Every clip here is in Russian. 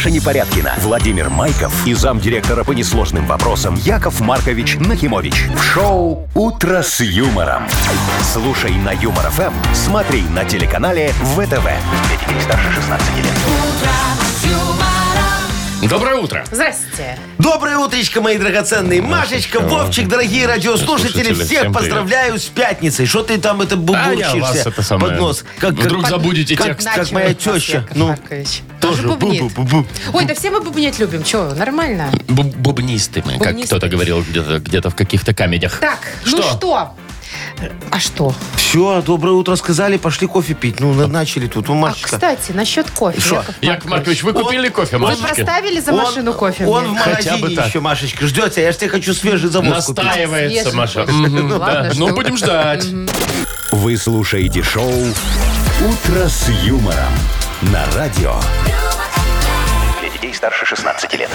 Маша Непорядкина, Владимир Майков и замдиректора по несложным вопросам Яков Маркович Нахимович. В шоу «Утро с юмором». Слушай на Юмор ФМ, смотри на телеканале ВТВ. Для детей старше 16 лет. Доброе утро. Здрасте. Доброе утречко, мои драгоценные. Машечка, Вовчик, дорогие радиослушатели, всех всем поздравляю с пятницей. Что ты там это я вас бубурчишься это самое. под нос? Вдруг забудете текст. Как моя теща. Яков Ну, Маркович. тоже Тоже бубнит. бу-бу-бу-бу. Ой, да все мы бубнить любим. Че, нормально? Бубнисты мы, как Бубнисты. кто-то говорил где-то в каких-то комедиях. Так, ну что? А что? Все, доброе утро сказали, пошли кофе пить. Ну, начали тут. Ну, А, Машечка. кстати, насчет кофе, Шо? Яков Маркович, вы купили кофе, Вы Машечке? проставили за машину кофе Он мне? в Хотя бы магазине так. еще, Машечка, ждет тебя. Я же тебе хочу свежий завоз купить. Настаивается, Свежий Маша. кофе. Мгм, Ладно, да. что? Ну, будем ждать. Вы слушаете шоу «Утро с юмором» на радио. Для детей старше 16 лет.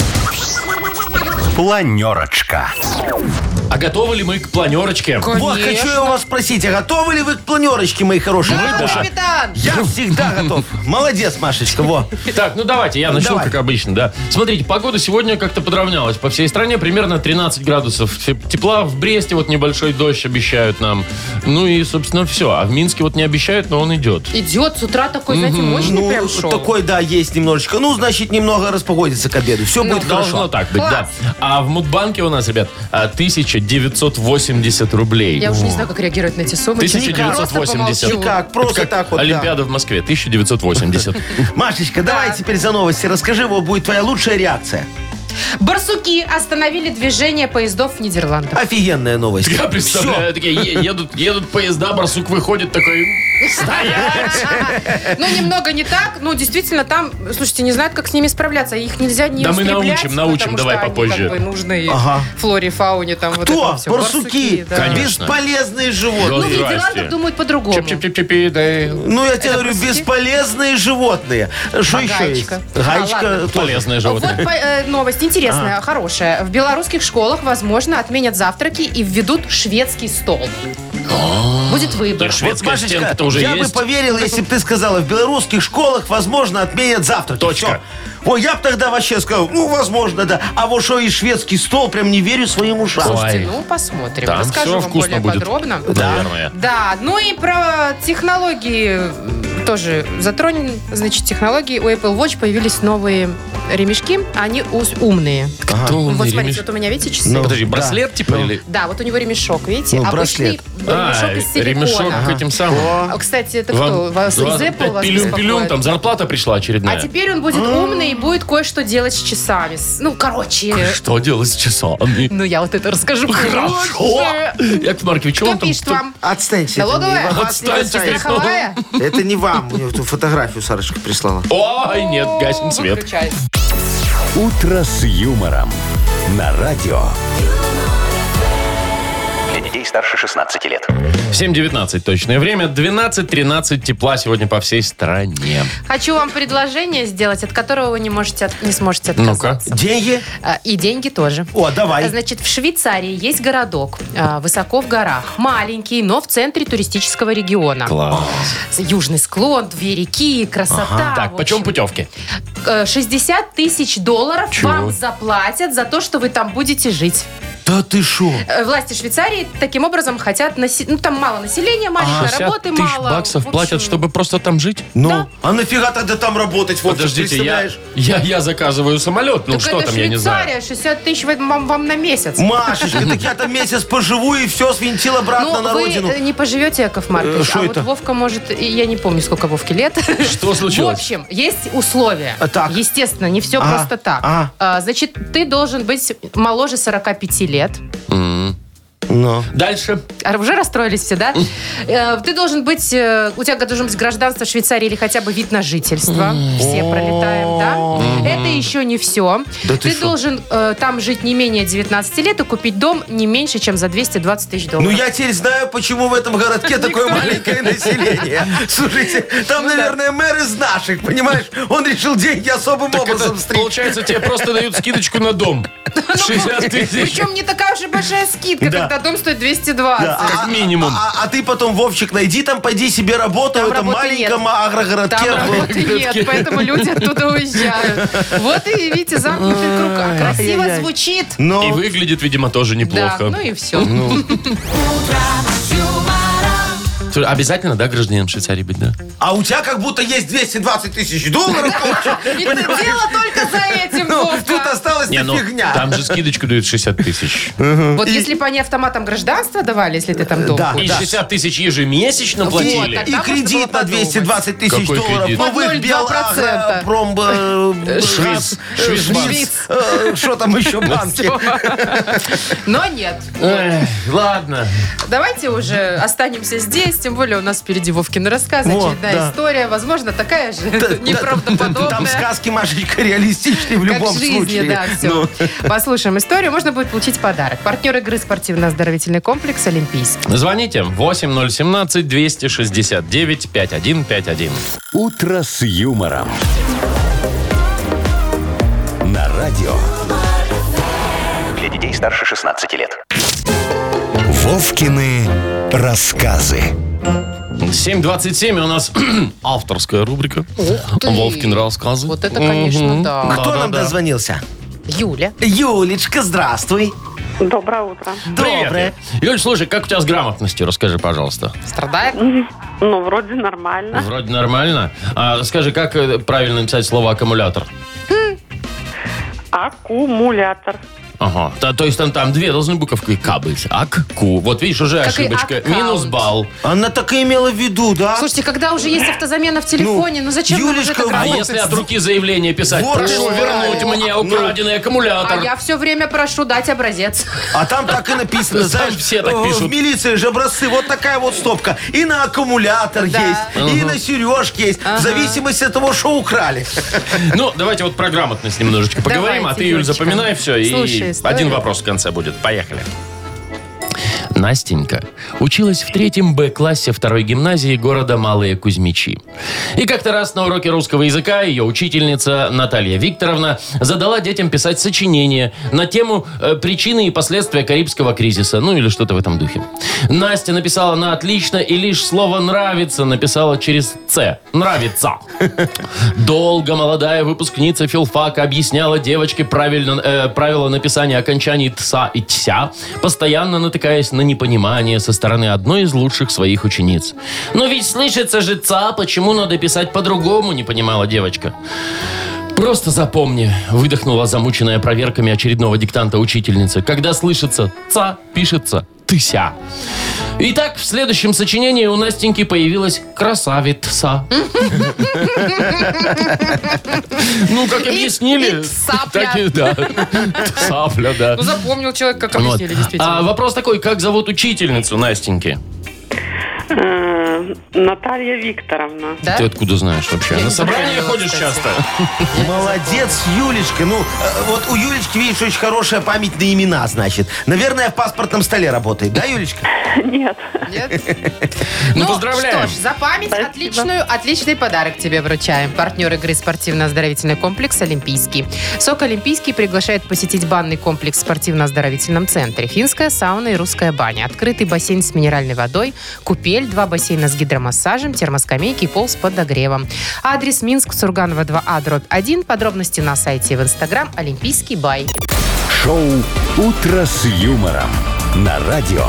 Планерочка. А готовы ли мы к планерочке? Вот, хочу я у вас спросить, а готовы ли вы к планерочке, мои хорошие? Да, да. капитан! Я всегда готов. Молодец, Машечка, во. Так, ну давайте, я начну, Давай. как обычно, да. Смотрите, погода сегодня как-то подравнялась. По всей стране примерно 13 градусов тепла. В Бресте вот небольшой дождь обещают нам. Ну и, собственно, все. А в Минске вот не обещают, но он идет. Идет с утра такой, знаете, мощный Ну, прям шел. такой, да, есть немножечко. Ну, значит, немного распогодится к обеду. Все будет Должно хорошо. так быть, Класс. да. А в Мудбанке у нас, ребят, 1980 рублей. Я уже не знаю, как реагировать на эти суммы. 1980. Никак, просто так вот, да. Олимпиада в Москве, 1980. Машечка, давай теперь за новости расскажи, вот будет твоя лучшая реакция. Барсуки остановили движение поездов в Нидерландах. Офигенная новость. Я представляю, такие едут поезда, барсук выходит такой... Ну, немного не так. Ну, действительно, там, слушайте, не знают, как с ними справляться. Их нельзя не Да мы устреблять, научим, потому давай что они попозже. как бы нужны Ага. флоре, фауне, там вот Кто? это все. Барсуки. да. Конечно. Бесполезные животные. Ну, в Здрасте. Нидерландах думают по-другому. Чип-чип-чип-чип, да. Ну, я тебе говорю, барсуки? бесполезные животные. Что еще есть? Гаечка. Гаечка ладно. тоже. Полезное Вот животное. новость интересная, хорошая. В белорусских школах, возможно, отменят завтраки и введут шведский стол. Будет выбор. Да, шведская Машечка, стенка-то уже я есть. бы поверил, если бы ты сказала, в белорусских школах, возможно, отменят завтрак. Точка. Всё. Ой, я бы тогда вообще сказал, ну, возможно, да. А вот что и шведский стол, прям не верю своим ушам. Слушайте, Ой. ну, посмотрим. Там Расскажу всё вам вкусно более будет. подробно. Наверное. Да, ну и про технологии тоже затронем. Значит, технологии. У Apple Watch появились новые ремешки. Они умные. Кто умный Вот смотрите, ремеш- вот у меня, видите, часы? Ну, Подожди, да. браслет типа или... Да, вот у него ремешок, видите? Ну, Обычный ремешок из силикона. ремешок к этим самым. А, кстати, это кто? Вас из Apple вас пилюм, беспокоит? там зарплата пришла очередная. А теперь он будет умный и будет кое-что делать с часами. Ну, короче... Что делать с часами? Ну, я вот это расскажу. Хорошо. Яков Маркович, что Кто он там? пишет вам? Отстаньте. Налоговая? это не- вас не Отстаньте, касается. Страховая? Это не вам. Мне эту фотографию Сарочка прислала. Ой, нет, гасим свет. Выключай. «Утро с юмором» на радио. Для детей старше 16 лет. 7:19 точное время. 12-13 тепла сегодня по всей стране. Хочу вам предложение сделать, от которого вы не сможете отказаться. Деньги? И деньги тоже. О, давай. Значит, в Швейцарии есть городок, высоко в горах, маленький, но в центре туристического региона. Класс. Южный склон, две реки, красота. Так, в почем общем. путевки? 60 тысяч долларов Чего? вам заплатят за то, что вы там будете жить. Да ты шо? Власти Швейцарии таким образом хотят... Ну, там мало населения, маленькая, 60 работы тысяч мало. баксов В общем, платят, чтобы просто там жить? Ну, Да. а нафига тогда там работать, Вовчик, Подождите, представляешь? я заказываю самолет. Ну Так что это там, я не знаю. Швейцария, 60 тысяч вам на месяц. Машечка, так я там месяц поживу и все, свинтил обратно на вы родину. не поживете, Яков Маркович. Что А это? вот Вовка может... Я не помню, сколько Вовке лет. Что случилось? В общем, есть условия. Так. Естественно, не все Ага, просто так. ага. Значит, ты должен быть моложе 45 лет. Ну. Дальше. Уже расстроились все, да? Ты должен быть... У тебя должен быть гражданство Швейцарии или хотя бы вид на жительство. Все пролетаем, да? Это еще не все. Да ты Ты шо? должен там жить не менее 19 лет и купить дом не меньше, чем за 220 тысяч Ну, долларов. я теперь знаю, почему в этом городке такое маленькое население. Слушайте, там, наверное, мэр из наших, понимаешь? Он решил деньги особым Так это, образом стричь. получается, тебе просто дают скидочку на дом. 60 тысяч. Причем не такая уж и большая скидка, Да. когда дом стоит 220. Да, Как минимум. А ты потом, Вовчик, найди там, пойди себе работу Там в этом работы маленьком нет. агрогородке. Там работы нет, поэтому люди оттуда уезжают. Вот и, видите, замкнутый круг. А красиво Ай-яй-яй. звучит. И Ну, выглядит, видимо, тоже Да, неплохо. ну и все. Слушай, обязательно, да, гражданином Швейцарии быть, да? а у тебя как будто есть 220 тысяч долларов. И ты дело только за этим, Ну, Вовка. тут осталась Не, ну, фигня. там же скидочку дают 60 тысяч. Вот если бы они автоматом гражданство давали, если ты там дом Да. И купишь. 60 тысяч ежемесячно Вот, платили. так. И Там можно было кредит на подумать. 220 тысяч Какой долларов. кредит? Ну, вы Под 0,2%. Швейц. Швейцбанк. Швейц. Что там еще банки? Но нет. Эх, ладно. Давайте уже останемся здесь, тем более у нас впереди Вовкины рассказы, Вот, очередная да. история, возможно, такая же Там неправдоподобная. сказки, Машечка, реалистичные в Как любом в жизни, случае. да, все. Ну. Послушаем историю, можно будет получить подарок. Партнер игры спортивно-оздоровительный комплекс «Олимпийский». Звоните 8017-269-5151. «Утро с юмором». На радио. Для детей старше 16 лет. Вовкины рассказы. 7:27 у нас авторская рубрика. ты. Вовкин рассказы. Вот это, конечно, да. Кто нам Да-да-да. дозвонился? Юля. Юлечка, здравствуй. Доброе утро. Доброе. Юль, слушай, как у тебя с грамотностью? Расскажи, пожалуйста. Страдает? Ну, вроде нормально. Вроде нормально. А скажи, как правильно написать слово аккумулятор? Аккумулятор. Ага. То есть там две должны буковки К быть. Ак-ку. Вот видишь, уже Как и ошибочка. аккаунт. Минус балл. Она так и имела в виду, да? Слушайте, когда уже есть автозамена в телефоне, ну зачем нам уже Юлечка, это А грамотность? если от руки заявление писать? Вот Прошу что. вернуть мне украденный аккумулятор. А я все время прошу дать образец. А там так и написано, Там знаешь, все так в пишут. милиции же образцы, вот такая вот стопка. И на аккумулятор Да. есть, и на сережки есть, в зависимости от того, что украли. Ну, давайте вот про грамотность немножечко поговорим, Давайте, а ты, Юль, Юлечка. запоминай все. И Слушай историю. один вопрос в конце будет. Поехали. Настенька училась в 3 Б-классе 2 гимназии города Малые Кузьмичи. И как-то раз на уроке русского языка ее учительница Наталья Викторовна задала детям писать сочинение на тему причины и последствия Карибского кризиса. Ну или что-то в этом духе. Настя написала на отлично и лишь слово «нравится» написала через «ц». «Нравится». Долго молодая выпускница филфака объясняла девочке правила написания окончаний «тса» и «тся», постоянно натыкаясь на непонимание со стороны одной из лучших своих учениц. «Но ведь слышится же «ца», почему надо писать по-другому?» — не понимала девочка. «Просто запомни», — выдохнула замученная проверками очередного диктанта учительница. «Когда слышится «ца», пишется «тыся». Итак, в следующем сочинении у Настеньки появилась красавица. Ну, как объяснили. и цапля. Так и да. Цапля, да. Ну запомнил человек, как Вот. объяснили, действительно. А вопрос такой, как зовут учительницу Настеньки? Наталья Викторовна. Да? Ты откуда знаешь вообще? Я На не собрание запомнила, ходишь кстати. часто? Молодец, Юлечка. Ну, вот у Юлечки, видишь, очень хорошая память на имена, значит. Наверное, в паспортном столе работает, да, Юлечка? Нет. Нет? Ну, поздравляем. Что ж, за память Спасибо. отличный подарок тебе вручаем. Партнер игры спортивно-оздоровительный комплекс «Олимпийский». СОК «Олимпийский» приглашает посетить банный комплекс в спортивно-оздоровительном центре. Финская сауна и русская баня. Открытый бассейн с минеральной водой, купель, 2 бассейна с гидромассажем, термоскамейки и пол с подогревом. Адрес: Минск, Сурганова 2А, дробь 1. Подробности на сайте и в Инстаграм «Олимпийский бай». Шоу «Утро с юмором». На радио.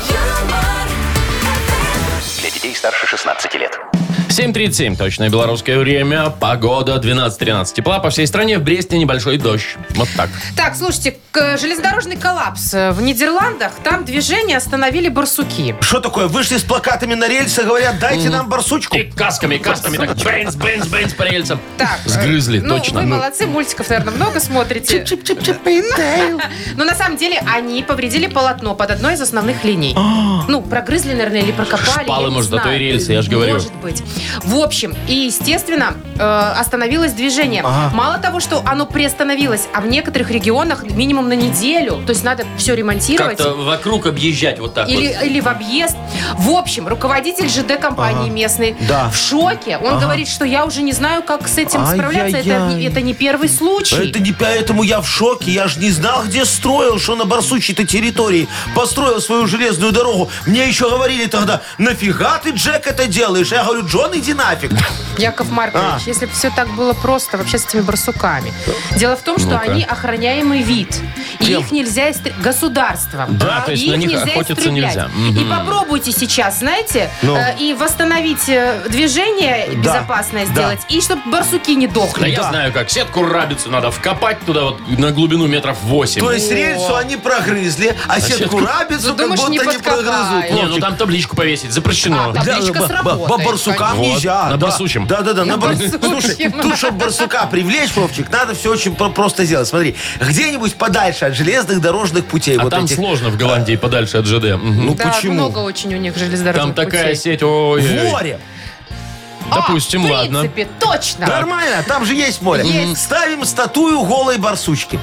Для детей старше 16 лет. 7:37, точное белорусское время. Погода 12-13 тепла. По всей стране, в Бресте небольшой дождь. Вот так. Так, слушайте, железнодорожный коллапс в Нидерландах. Там движение остановили барсуки. Что такое? Вышли с плакатами на рельсы, говорят, дайте нам барсучку. И касками так. Бэнс по рельсам. Так, Сгрызли, ну, точно. вы молодцы, мультиков, наверное, много смотрите. Но на самом деле они повредили полотно под одной из основных линий. Ну, прогрызли, наверное, или прокопали. Шпалы, я не может, до знаю. той рельсы, я ж говорю. Может быть. В общем, и, естественно, остановилось движение. Мало того, что оно приостановилось, а в некоторых регионах минимум на неделю. То есть надо все ремонтировать. Как-то вокруг объезжать вот так вот. Или в объезд. В общем, руководитель ЖД-компании местной Да. в шоке. Он говорит, что я уже не знаю, как с этим справляться. Это не первый случай. Это не поэтому я в шоке. Я же не знал, где строил, что на барсучьей-то территории построил свою железную дорогу. Мне еще говорили тогда, нафига ты, Джек, это делаешь? Я говорю, Джон, иди нафиг. Яков Маркович, если бы все так было просто вообще с этими барсуками. Дело в том, что они охраняемый вид. И их нельзя государством. Да, то есть И на их них нельзя охотиться истреблять. нельзя. И попробуйте сейчас, знаете, и восстановить движение безопасное сделать, и чтобы барсуки не Да дохли. я знаю как. Сетку рабицу надо вкопать туда вот на глубину метров 8. То есть рельсу они прогрызли, а сетку рабицу как думаешь, будто не не подкопают? прогрызут. Не, ну там табличку повесить запрещено. Табличка сработает. По барсукам Вот, нельзя. на да. барсучьем. Да. На барсучьем. Слушай, тут, чтобы барсука привлечь, Вовчик, надо все очень просто сделать. Смотри, где-нибудь подальше от железных дорожных путей. А вот там этих. сложно в Голландии подальше от ЖД. Мгм. Ну Да, почему? много очень у них Там железнодорожных такая путей. сеть, ой. В море. Допустим, в ладно. принципе, точно. Нормально, там же есть море. Есть. Ставим статую голой барсучки.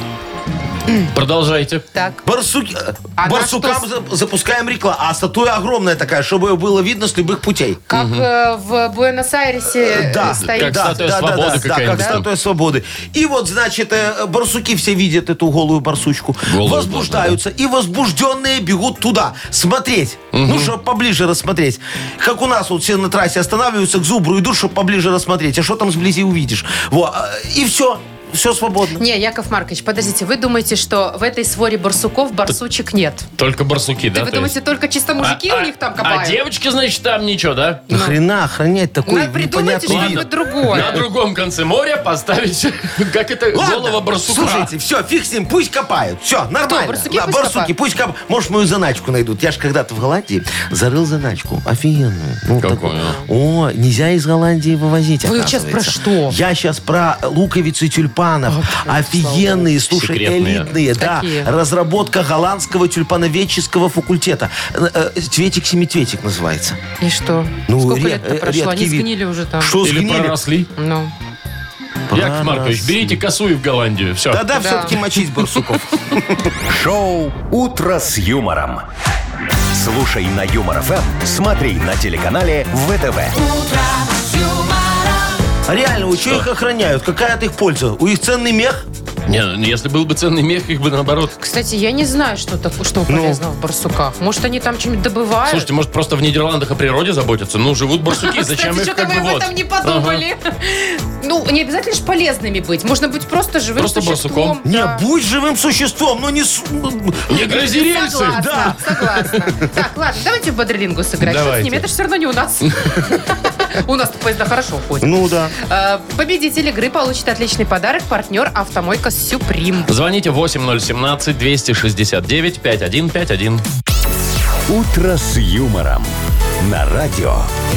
Продолжайте. Так. Барсукам запускаем рекламу. А статуя огромная такая, чтобы ее было видно с любых путей. Как в Буэнос-Айресе Да, стоит. Как статуя свободы да, какая-нибудь как там. статуя свободы. И вот, значит, барсуки все видят эту голую барсучку, Голую, возбуждаются, и возбужденные бегут туда смотреть. Ну, чтобы поближе рассмотреть. Как у нас вот все на трассе останавливаются, к зубру идут, чтобы поближе рассмотреть. А что там сблизи увидишь? Вот. И все. Все свободно. Не, Яков Маркович, подождите, вы думаете, что в этой своре барсуков барсучек нет? Только барсуки, да? Вы то думаете, есть? только чисто мужики у них там А копают? девочки, значит, там ничего, да? Нахрена охранять такой Надо придумайте непонятный что-нибудь вид? другое. На другом конце моря поставить, как это, Ладно, голого барсука. слушайте, все, фиг с ним, пусть копают. Все, нормально. барсуки Да, пусть барсуки, копают? пусть копают. Может, мою заначку найдут. Я ж когда-то в Голландии зарыл заначку. Офигенную. Ну, Какую? О, нельзя из Голландии вывозить, Вы сейчас оказывается. про что? Я сейчас про луковицы тюльпанов. Офигенные, слушай, Секретные. элитные. Да, Какие? разработка голландского тюльпановедческого факультета. Цветик-семицветик называется. И что? Ну, Сколько лет-то прошло? Они редкий вид. сгнили уже там. Что Или сгнили? проросли. Ну. Яков Маркович, берите косу и в Голландию. Все. Да-да, все-таки мочить барсуков. Шоу «Утро с юмором». Слушай на Юмор ФМ, смотри на телеканале ВТВ. А реально, у чего их охраняют? Какая от их польза? У них ценный мех? Не, ну, если был бы ценный мех, их бы наоборот. Кстати, я не знаю, что полезного в барсуках. Может, они там что-нибудь добывают? Слушайте, может, просто в Нидерландах о природе заботятся? Ну, живут барсуки, зачем Кстати, их что-то как бы вы об вот? этом не подумали. Ну, не обязательно же полезными быть. Можно быть просто живым Просто существом. барсуком. Не, Да. будь живым существом, но не... Не грози рельсы! Согласна, согласна. Так, ладно, давайте в Бодрилингу сыграть. Что с Давайте. ними? Это же все равно не у нас. У нас поезда хорошо ходят. Ну да. Победитель игры получит отличный подарок. Партнер «Автомойка Сюприм». Звоните 8017-269-5151. «Утро с юмором» на радио.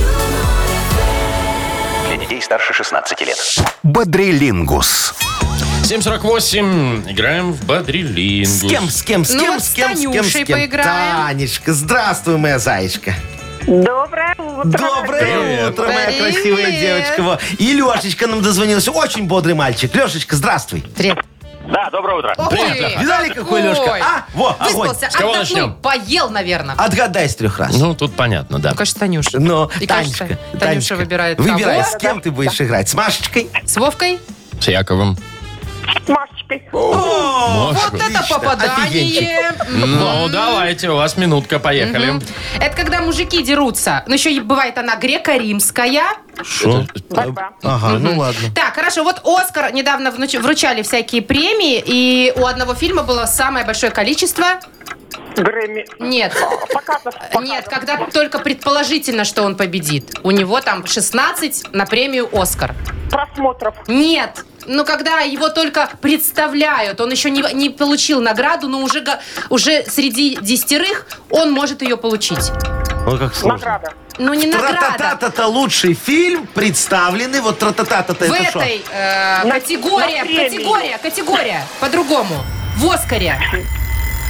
Для детей старше 16 лет. Бодрилингус. 7:48. Играем в Бодрилингус. С кем? Ну вот с Танюшей поиграем. Танечка, здравствуй, моя зайчка. Доброе утро. Доброе Привет. утро, моя Привет. красивая девочка. Во. И Лешечка нам дозвонился. Очень бодрый мальчик. Лешечка, здравствуй. Привет. Да, доброе утро. Ох Привет, ты, Леха. Видали, какой Лешка? А? Во, огонь. Выспался, С кого отдохнул, начнем? поел, наверное. Отгадай с 3 раз. Ну, тут понятно, да. Кажется, Танюша. Но, И, Танечка, кажется, Танюша выбирает Выбирай, кого? с кем ты будешь играть. С Машечкой? С Вовкой? С Яковом. С Машечкой. О, Машка. Вот это отлично, попадание. Ну, давайте, у вас минутка, поехали. Это когда мужики дерутся. Ну, еще и бывает она греко-римская. Шо? Борьба. Ага, ну ладно. Так, хорошо. Вот «Оскар» недавно вручали всякие премии, и у одного фильма было самое большое количество... Грэмми. Нет. Показов. Нет, когда только предположительно, что он победит. У него там 16 на премию «Оскар». Просмотров. Нет. Ну, когда его только представляют, он еще не получил награду, но уже среди 10 он может ее получить. Ой, как сложно. Награда. Ну, не награда. Тра-та-та-та-та лучший фильм представленный. Вот тра-та-та-та-та В это что? этой На категория, премии. по-другому. В «Оскаре».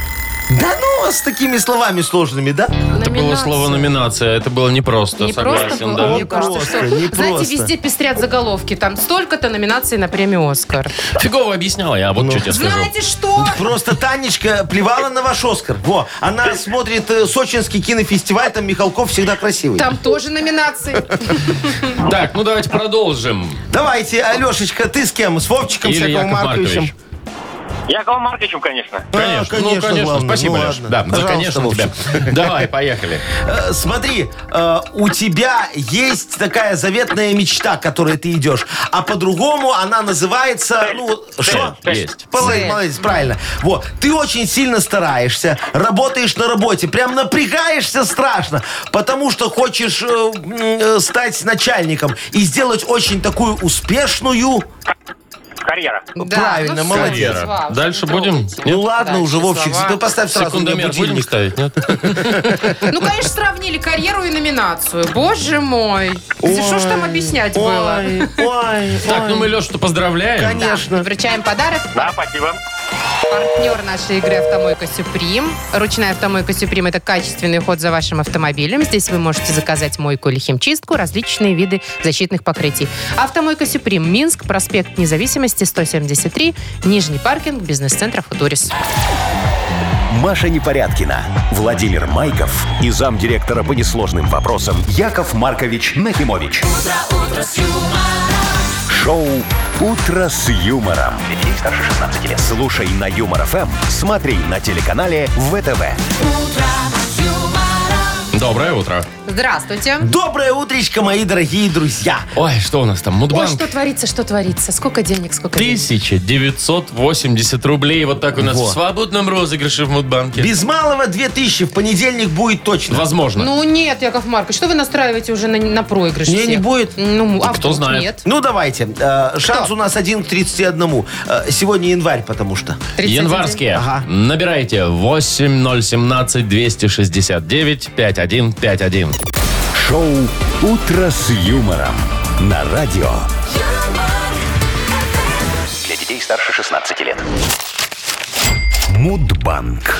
Да ну, с такими словами сложными, да? Это было слово номинация. Это было непросто, Не согласен, просто было, да. мне кажется, просто, что, не знаете, просто. везде пестрят заголовки. Там столько-то номинаций на премию «Оскар». Фигово объясняла я, вот что тебе скажу. Знаете что? Просто Танечка плевала на ваш Оскар. Во, она смотрит сочинский кинофестиваль, там Михалков всегда красивый. Там тоже номинации. Так, ну давайте продолжим. Давайте, Алешечка, ты с кем? С Вовчиком, с Или Яковом Яков Марковичем? Маркович. Яковом Марковичем, конечно. Конечно, ну, конечно. главное. Спасибо, Ну, Леш. ладно. Да, Пожалуйста, конечно тебя. Давай, поехали. Смотри, у тебя есть такая заветная мечта, к которой ты идешь, а по-другому она называется, ну, что? Есть. Молодец, правильно. Вот, ты очень сильно стараешься, работаешь на работе, прям напрягаешься страшно, потому что хочешь стать начальником и сделать очень такую успешную... Карьера. Да, Правильно, ну всё, молодец. Вячеслав, Дальше что вы будем? трогаете? Ну ладно Дальше уже, Вовчик, слова. ты поставь сразу мне Секундомер будем будильник. ставить, нет? Ну, конечно, сравнили карьеру и номинацию. Боже мой. Что ж там объяснять было? Ой. Так, ну мы Лешу-то поздравляем. Конечно. Вручаем подарок. Да, спасибо. Партнер нашей игры «Автомойка Сюприм». Ручная «Автомойка Сюприм» — это качественный уход за вашим автомобилем. Здесь вы можете заказать мойку или химчистку, различные виды защитных покрытий. «Автомойка Сюприм», Минск, проспект Независимости, 173, Нижний паркинг, бизнес-центр «Футурис». Маша Непорядкина, Владимир Майков и замдиректора по несложным вопросам Яков Маркович Нахимович. Шоу «Утро с юмором». Для детей старше 16 лет. Слушай на Юмор ФМ, смотри на телеканале ВТВ. Доброе утро. Здравствуйте. Доброе утречко, мои дорогие друзья. Ой, что у нас там? Ой, Мудбанк. что творится, что творится? Сколько денег, сколько денег? 1980 рублей. Вот так у нас Во. в свободном розыгрыше в Мудбанке. Без малого 2000 в понедельник будет точно. Возможно. Ну нет, Яков Маркович, что вы настраиваете уже на проигрыш? Не, всех? не будет. Ну, а кто вдруг знает. Нет. Ну, давайте. Шанс у нас 1 к 31. Сегодня январь, потому что. 31 Январские. Ага. Набирайте 8017-269-5151. Шоу «Утро с юмором» на радио. Для детей старше 16 лет. Мудбанк.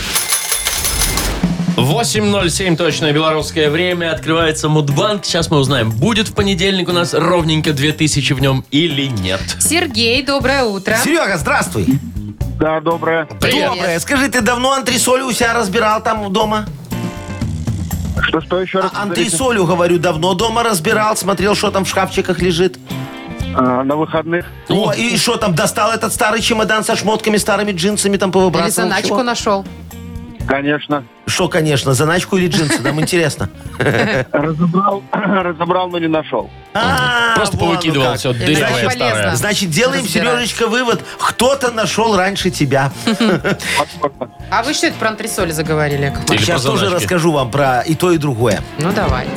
8:07 точное белорусское время. Открывается Мудбанк. Сейчас мы узнаем, будет в понедельник у нас ровненько 2000 в нем или нет. Сергей, доброе утро. Серега, здравствуй. Да, доброе. Привет. Доброе. Скажи, ты давно антресолю у себя разбирал там дома? Что еще раз? Антресолю, говорю, давно дома разбирал, смотрел, что там в шкафчиках лежит. На выходных. О, и что там, достал этот старый чемодан со шмотками, старыми джинсами, там Или повыбрасывал? заначку чего? нашел? Конечно. Что, конечно, заначку или джинсы, нам интересно. Разобрал, но не нашел. Просто вон повыкидывал как. все Это дырявое полезно. старое. Значит, делаем, Разбирать. Сережечка, вывод. Кто-то нашел раньше тебя. А вы что это про антресоли заговорили, Яков Или Маркович? Сейчас про тоже заначки. расскажу вам про и то, и другое. Ну, давайте.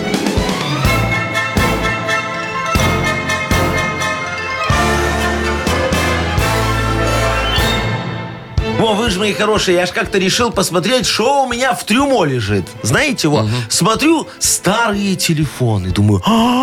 Во, вы же мои хорошие, я ж как-то решил посмотреть, что у меня в трюмо лежит. Знаете, вот, смотрю старые телефоны, думаю,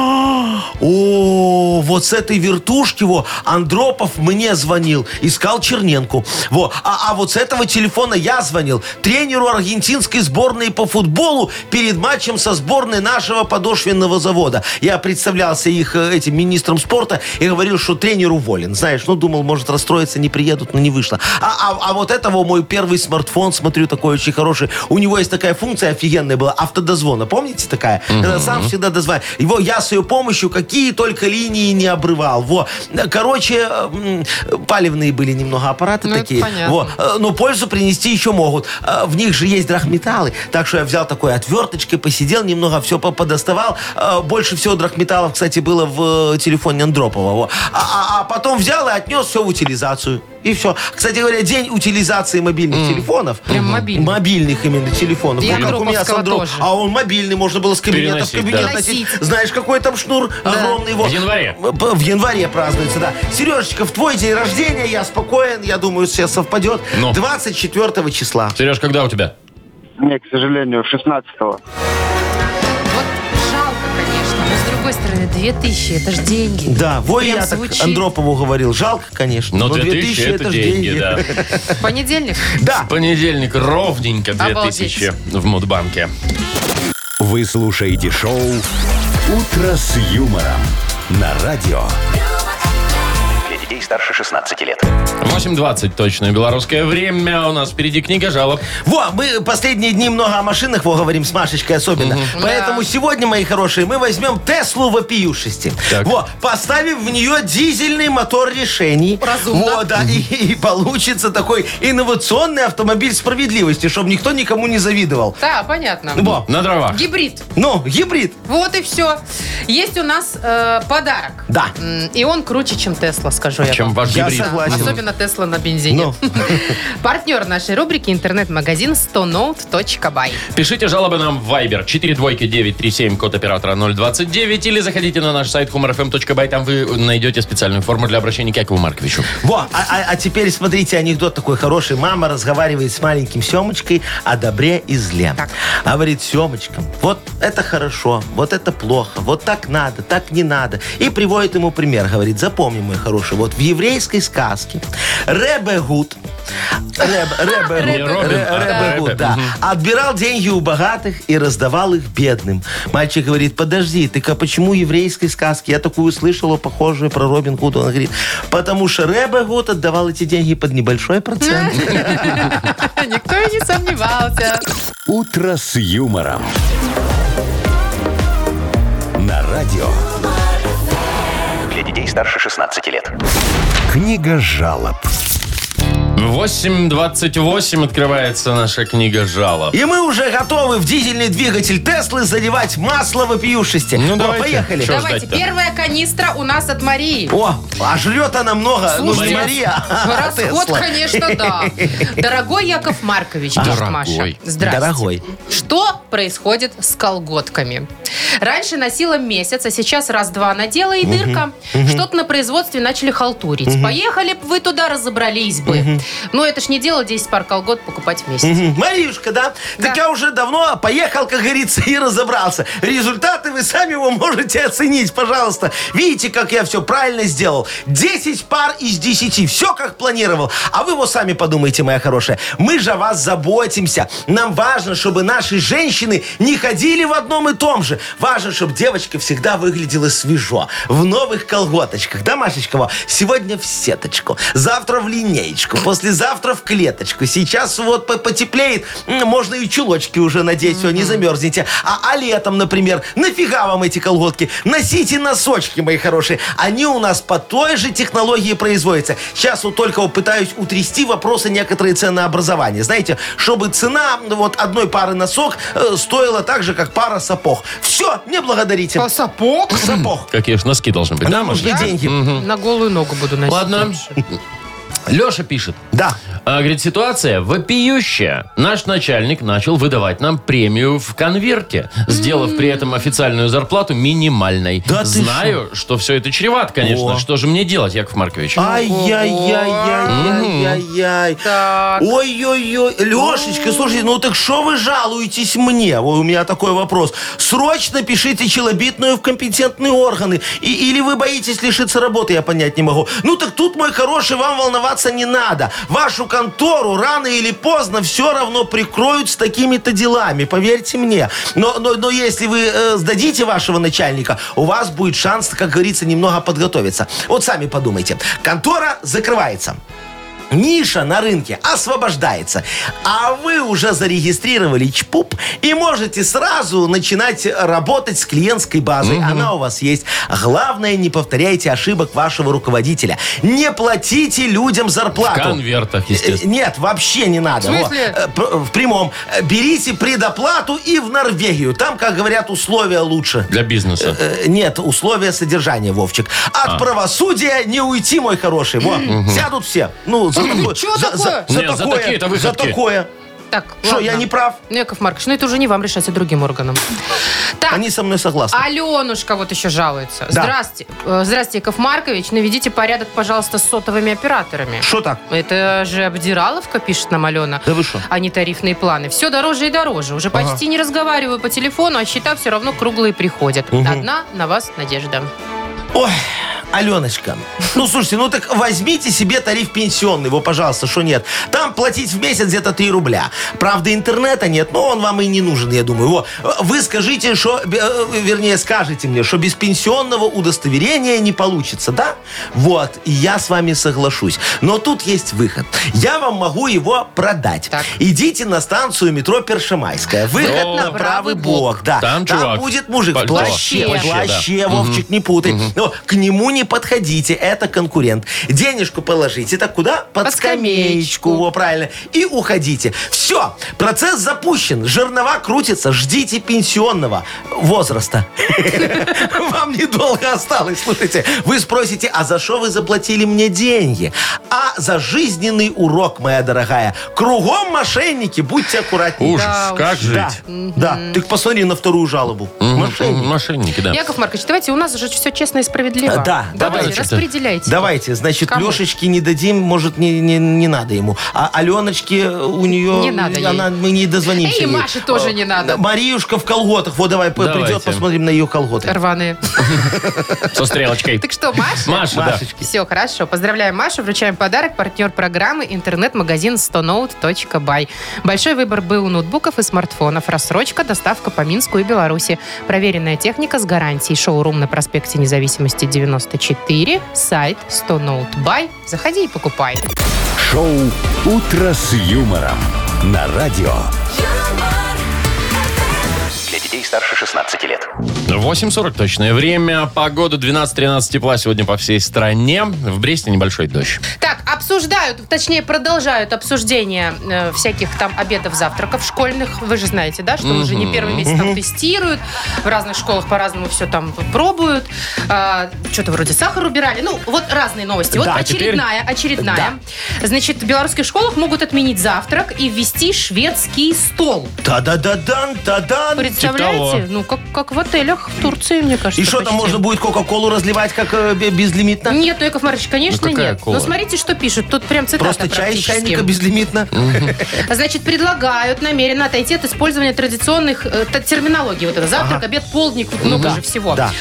вот с этой вертушки, Андропов мне звонил, искал Черненку. А вот с этого телефона я звонил тренеру аргентинской сборной по футболу перед матчем со сборной нашего подошвенного завода. Я представлялся их этим министром спорта и говорил, что тренер уволен. Знаешь, думал, может расстроиться, не приедут, но не вышло. А вот этого мой первый смартфон, смотрю, такой очень хороший. У него есть такая функция офигенная была, автодозвона. Помните такая? Когда сам всегда дозвонил. Я с ее помощью какие только линии не обрывал. Короче, палевные были немного аппараты Ну, это такие. понятно. Но пользу принести еще могут. В них же есть драгметаллы. Так что я взял такой отверточкой, посидел немного, все подоставал. Больше всего драгметаллов, кстати, было в телефоне Андропова. А потом взял и отнес все в утилизацию. И все. Кстати говоря, день утилизации мобильных телефонов. Прям мобильный. Мобильных именно телефонов. И Как у меня с Андроповского Андроп. тоже. А он мобильный, можно было с кабинета в Переносить, кабинет да. носить. Носить. Знаешь, какой там шнур огромный. В январе. В январе празднуется, да. Сережечка, в твой день рождения я спокоен, я думаю, все совпадет. Ну. 24 числа. Сереж, когда у тебя? Не, к сожалению, 16-го. Вот жалко, конечно, с другой стороны, 2000 это ж деньги. Да, вот Прям я так звучит. Андропову говорил. Жалко, конечно. Но 2000 это ж деньги, да. Понедельник. Да. Понедельник ровненько 2000 Обалдеть. в Мудбанке. Вы слушаете шоу «Утро с юмором» на радио. Для детей старше 16 лет. 8:20 точное белорусское время. У нас впереди книга жалоб. Во, мы последние дни много о машинах говорим с Машечкой особенно. Поэтому сегодня, мои хорошие, мы возьмем Теслу вопиюшести. Так. Во, поставим в нее дизельный мотор решений. Разумно. Вот, да, и получится такой инновационный автомобиль справедливости, чтобы никто никому не завидовал. Да, понятно. Во, На дровах. Гибрид. ну, гибрид. Вот и все. Есть у нас подарок. Да. И он круче, чем Тесла, скажу я Чем вам. ваш Я гибрид. согласен. Особенно Тесла на бензине. Ну. Партнер нашей рубрики интернет-магазин 100note.by. Пишите жалобы нам в Viber 42937, код оператора 029, или заходите на наш сайт humorfm.by, там вы найдете специальную форму для обращения к Якову Марковичу. Во, а теперь смотрите, анекдот такой хороший. Мама разговаривает с маленьким Семочкой о добре и зле. Так. Говорит: Семочка, вот это хорошо, вот это плохо, вот так надо, так не надо. И приводит ему пример. Говорит: запомни, мой хороший, вот в еврейской сказке Ребе Гуд, Ребе Гуд, да, отбирал деньги у богатых и раздавал их бедным. Мальчик говорит: подожди, ты почему еврейской сказки? Я такую слышала, похожую про Робин Гуда. Он говорит: потому что Ребе Гуд отдавал эти деньги под небольшой процент. Никто и не сомневался. «Утро с юмором» на радио. Для детей старше 16 лет. Книга жалоб. 8:28 открывается наша книга жалоб. И мы уже готовы в дизельный двигатель Теслы заливать масло вопиюшести. Ну, О, давайте. поехали. Чё Давайте, ждать-то? первая канистра у нас от Марии. О, а жрет она много. Ну, не Слушайте, Мария, а расход, Тесла. конечно, да. Дорогой Яков Маркович, пишет Дорогой. Маша. Здравствуйте. Дорогой. Что происходит с колготками? Раньше носила месяц, а сейчас раз-два надела и дырка. Что-то на производстве начали халтурить. Поехали б вы туда, разобрались бы. Но это ж не дело 10 пар колгот покупать вместе. Маришка, да? Да. Так я уже давно поехал, как говорится, и разобрался. Результаты вы сами его можете оценить, пожалуйста. Видите, как я все правильно сделал? 10 пар из 10. Все, как планировал. А вы его сами подумайте, моя хорошая. Мы же о вас заботимся. Нам важно, чтобы наши женщины не ходили в одном и том же. Важно, чтобы девочка всегда выглядела свежо. В новых колготочках. Да, Машечка? Во? Сегодня в сеточку. Завтра в линеечку. Послезавтра в клеточку. Сейчас вот потеплеет. Можно и чулочки уже надеть. Все, не замерзнете. А летом, например, нафига вам эти колготки? Носите носочки, мои хорошие. Они у нас по той же технологии производятся. Сейчас вот только вот пытаюсь утрясти вопросы некоторые ценообразования. Знаете, чтобы цена вот одной пары носок стоила так же, как пара сапог. Все, не благодарите. А сапог? Сапог. Какие ж носки должны быть? Нам нужны деньги. На голую ногу буду носить. Ладно. Леша пишет. Да. Говорит, ситуация вопиющая. Наш начальник начал выдавать нам премию в конверте, сделав при этом официальную зарплату минимальной. Да ты Знаю, что все это чревато, конечно. О. Что же мне делать, Яков Маркович? Ай-яй-яй-яй-яй-яй. Так. Ой-ой-ой. Лешечка, слушайте, ну так что вы жалуетесь мне? Ой, у меня такой вопрос. Срочно пишите челобитную в компетентные органы. Или вы боитесь лишиться работы, я понять не могу. Ну так тут, мой хороший, вам волноваться не надо. Вашу контору рано или поздно все равно прикроют с такими-то делами, поверьте мне. Но если вы сдадите вашего начальника, у вас будет шанс, как говорится, немного подготовиться. Вот сами подумайте. Контора закрывается. Ниша на рынке освобождается. А вы уже зарегистрировали ЧПУП и можете сразу начинать работать с клиентской базой. Она у вас есть. Главное, не повторяйте ошибок вашего руководителя. Не платите людям зарплату. В конвертах, естественно. Нет, вообще не надо. В смысле? В прямом. Берите предоплату и в Норвегию. Там, как говорят, условия лучше. Для бизнеса. Нет, условия содержания, Вовчик. От правосудия не уйти, мой хороший. Во, сядут все. Ну, за такое. Чё такое? Не, за такие-то За выходки. такое. Так, Что, ладно. я не прав? Яков Маркович, это уже не вам решать, а другим органам. Так, Они со мной согласны. Аленушка вот еще жалуется. Да. Здрасте. Здрасте, Яков Маркович. Наведите порядок, пожалуйста, с сотовыми операторами. Что так? Это же обдираловка, пишет нам Алена. Да вы что? А не тарифные планы. Все дороже и дороже. Уже почти не разговариваю по телефону, а счета все равно круглые приходят. Одна на вас надежда. Ой, Аленочка, ну слушайте, ну так возьмите себе тариф пенсионный, его, пожалуйста, что нет. Там платить в месяц где-то 3 рубля. Правда, интернета нет, но он вам и не нужен, я думаю. Во, вы скажите, что, вернее, скажете мне, что без пенсионного удостоверения не получится, да? Вот, и я с вами соглашусь. Но тут есть выход. Я вам могу его продать. Так. Идите на станцию метро Першемайская. Выход О, на правый бок, да. Там чувак будет мужик в пальто. плаще, Плаще, плаще, Вовчик, не путай. Но к нему не подходите, это конкурент. Денежку положите, так куда? Под скамеечку, во, правильно. И уходите. Все, процесс запущен, жернова крутятся, ждите пенсионного возраста. Вам недолго осталось, слушайте. Вы спросите, а за что вы заплатили мне деньги? А за жизненный урок, моя дорогая. Кругом мошенники, будьте аккуратнее. Ужас, Да как уж. жить? Да, ты посмотри на вторую жалобу. Мошенники. Мошенники, да. Яков Маркович, давайте, у нас же все честно и справедливо. Да, Давайте, давайте. распределяйте. Давайте, значит, Кому? Лешечке не дадим, может, не надо ему. А Аленочке у нее... Не надо ей. Мы не дозвонимся. И ей. Маше тоже не надо. Мариюшка в колготах. Вот давай, Давайте. придет, посмотрим на ее колготы. Рваные. Со стрелочкой. Так что, Маша? Маша, да. Машечки. Все, хорошо. Поздравляем Машу. Вручаем подарок. Партнер программы интернет-магазин 100note.by. Большой выбор БУ ноутбуков и смартфонов. Рассрочка, доставка по Минску и Беларуси. Проверенная техника с гарантией. Шоурум на проспекте Независимости 94. Сайт 100note.by. Заходи и покупай. Шоу «Утро с юмором» на радио. Для детей старше 16 лет. 8:40 точное время. Погода 12-13 тепла сегодня по всей стране. В Бресте небольшой дождь. Так, обсуждают, точнее, продолжают обсуждение всяких там обедов, завтраков школьных. Вы же знаете, да, что уже не первый месяц там тестируют. В разных школах по-разному все там пробуют. Что-то вроде сахар убирали. Ну, вот разные новости. Вот Да, очередная. Значит, в белорусских школах могут отменить завтрак и ввести шведский стол. Та-да-да-дан, та-дан. Представляете? Ну, как в отелях в Турции, мне кажется. И что, там почти. можно будет Кока-Колу разливать как безлимитно? Нет, Яков Маркович, конечно, Ну, какая нет. кола? Но смотрите, что пишут. Тут прям цитата Просто чай из практически. чайника безлимитно? Значит, предлагают намеренно отойти от использования традиционных терминологий. Вот это завтрак, обед, полдник, вот много да, же всего. да.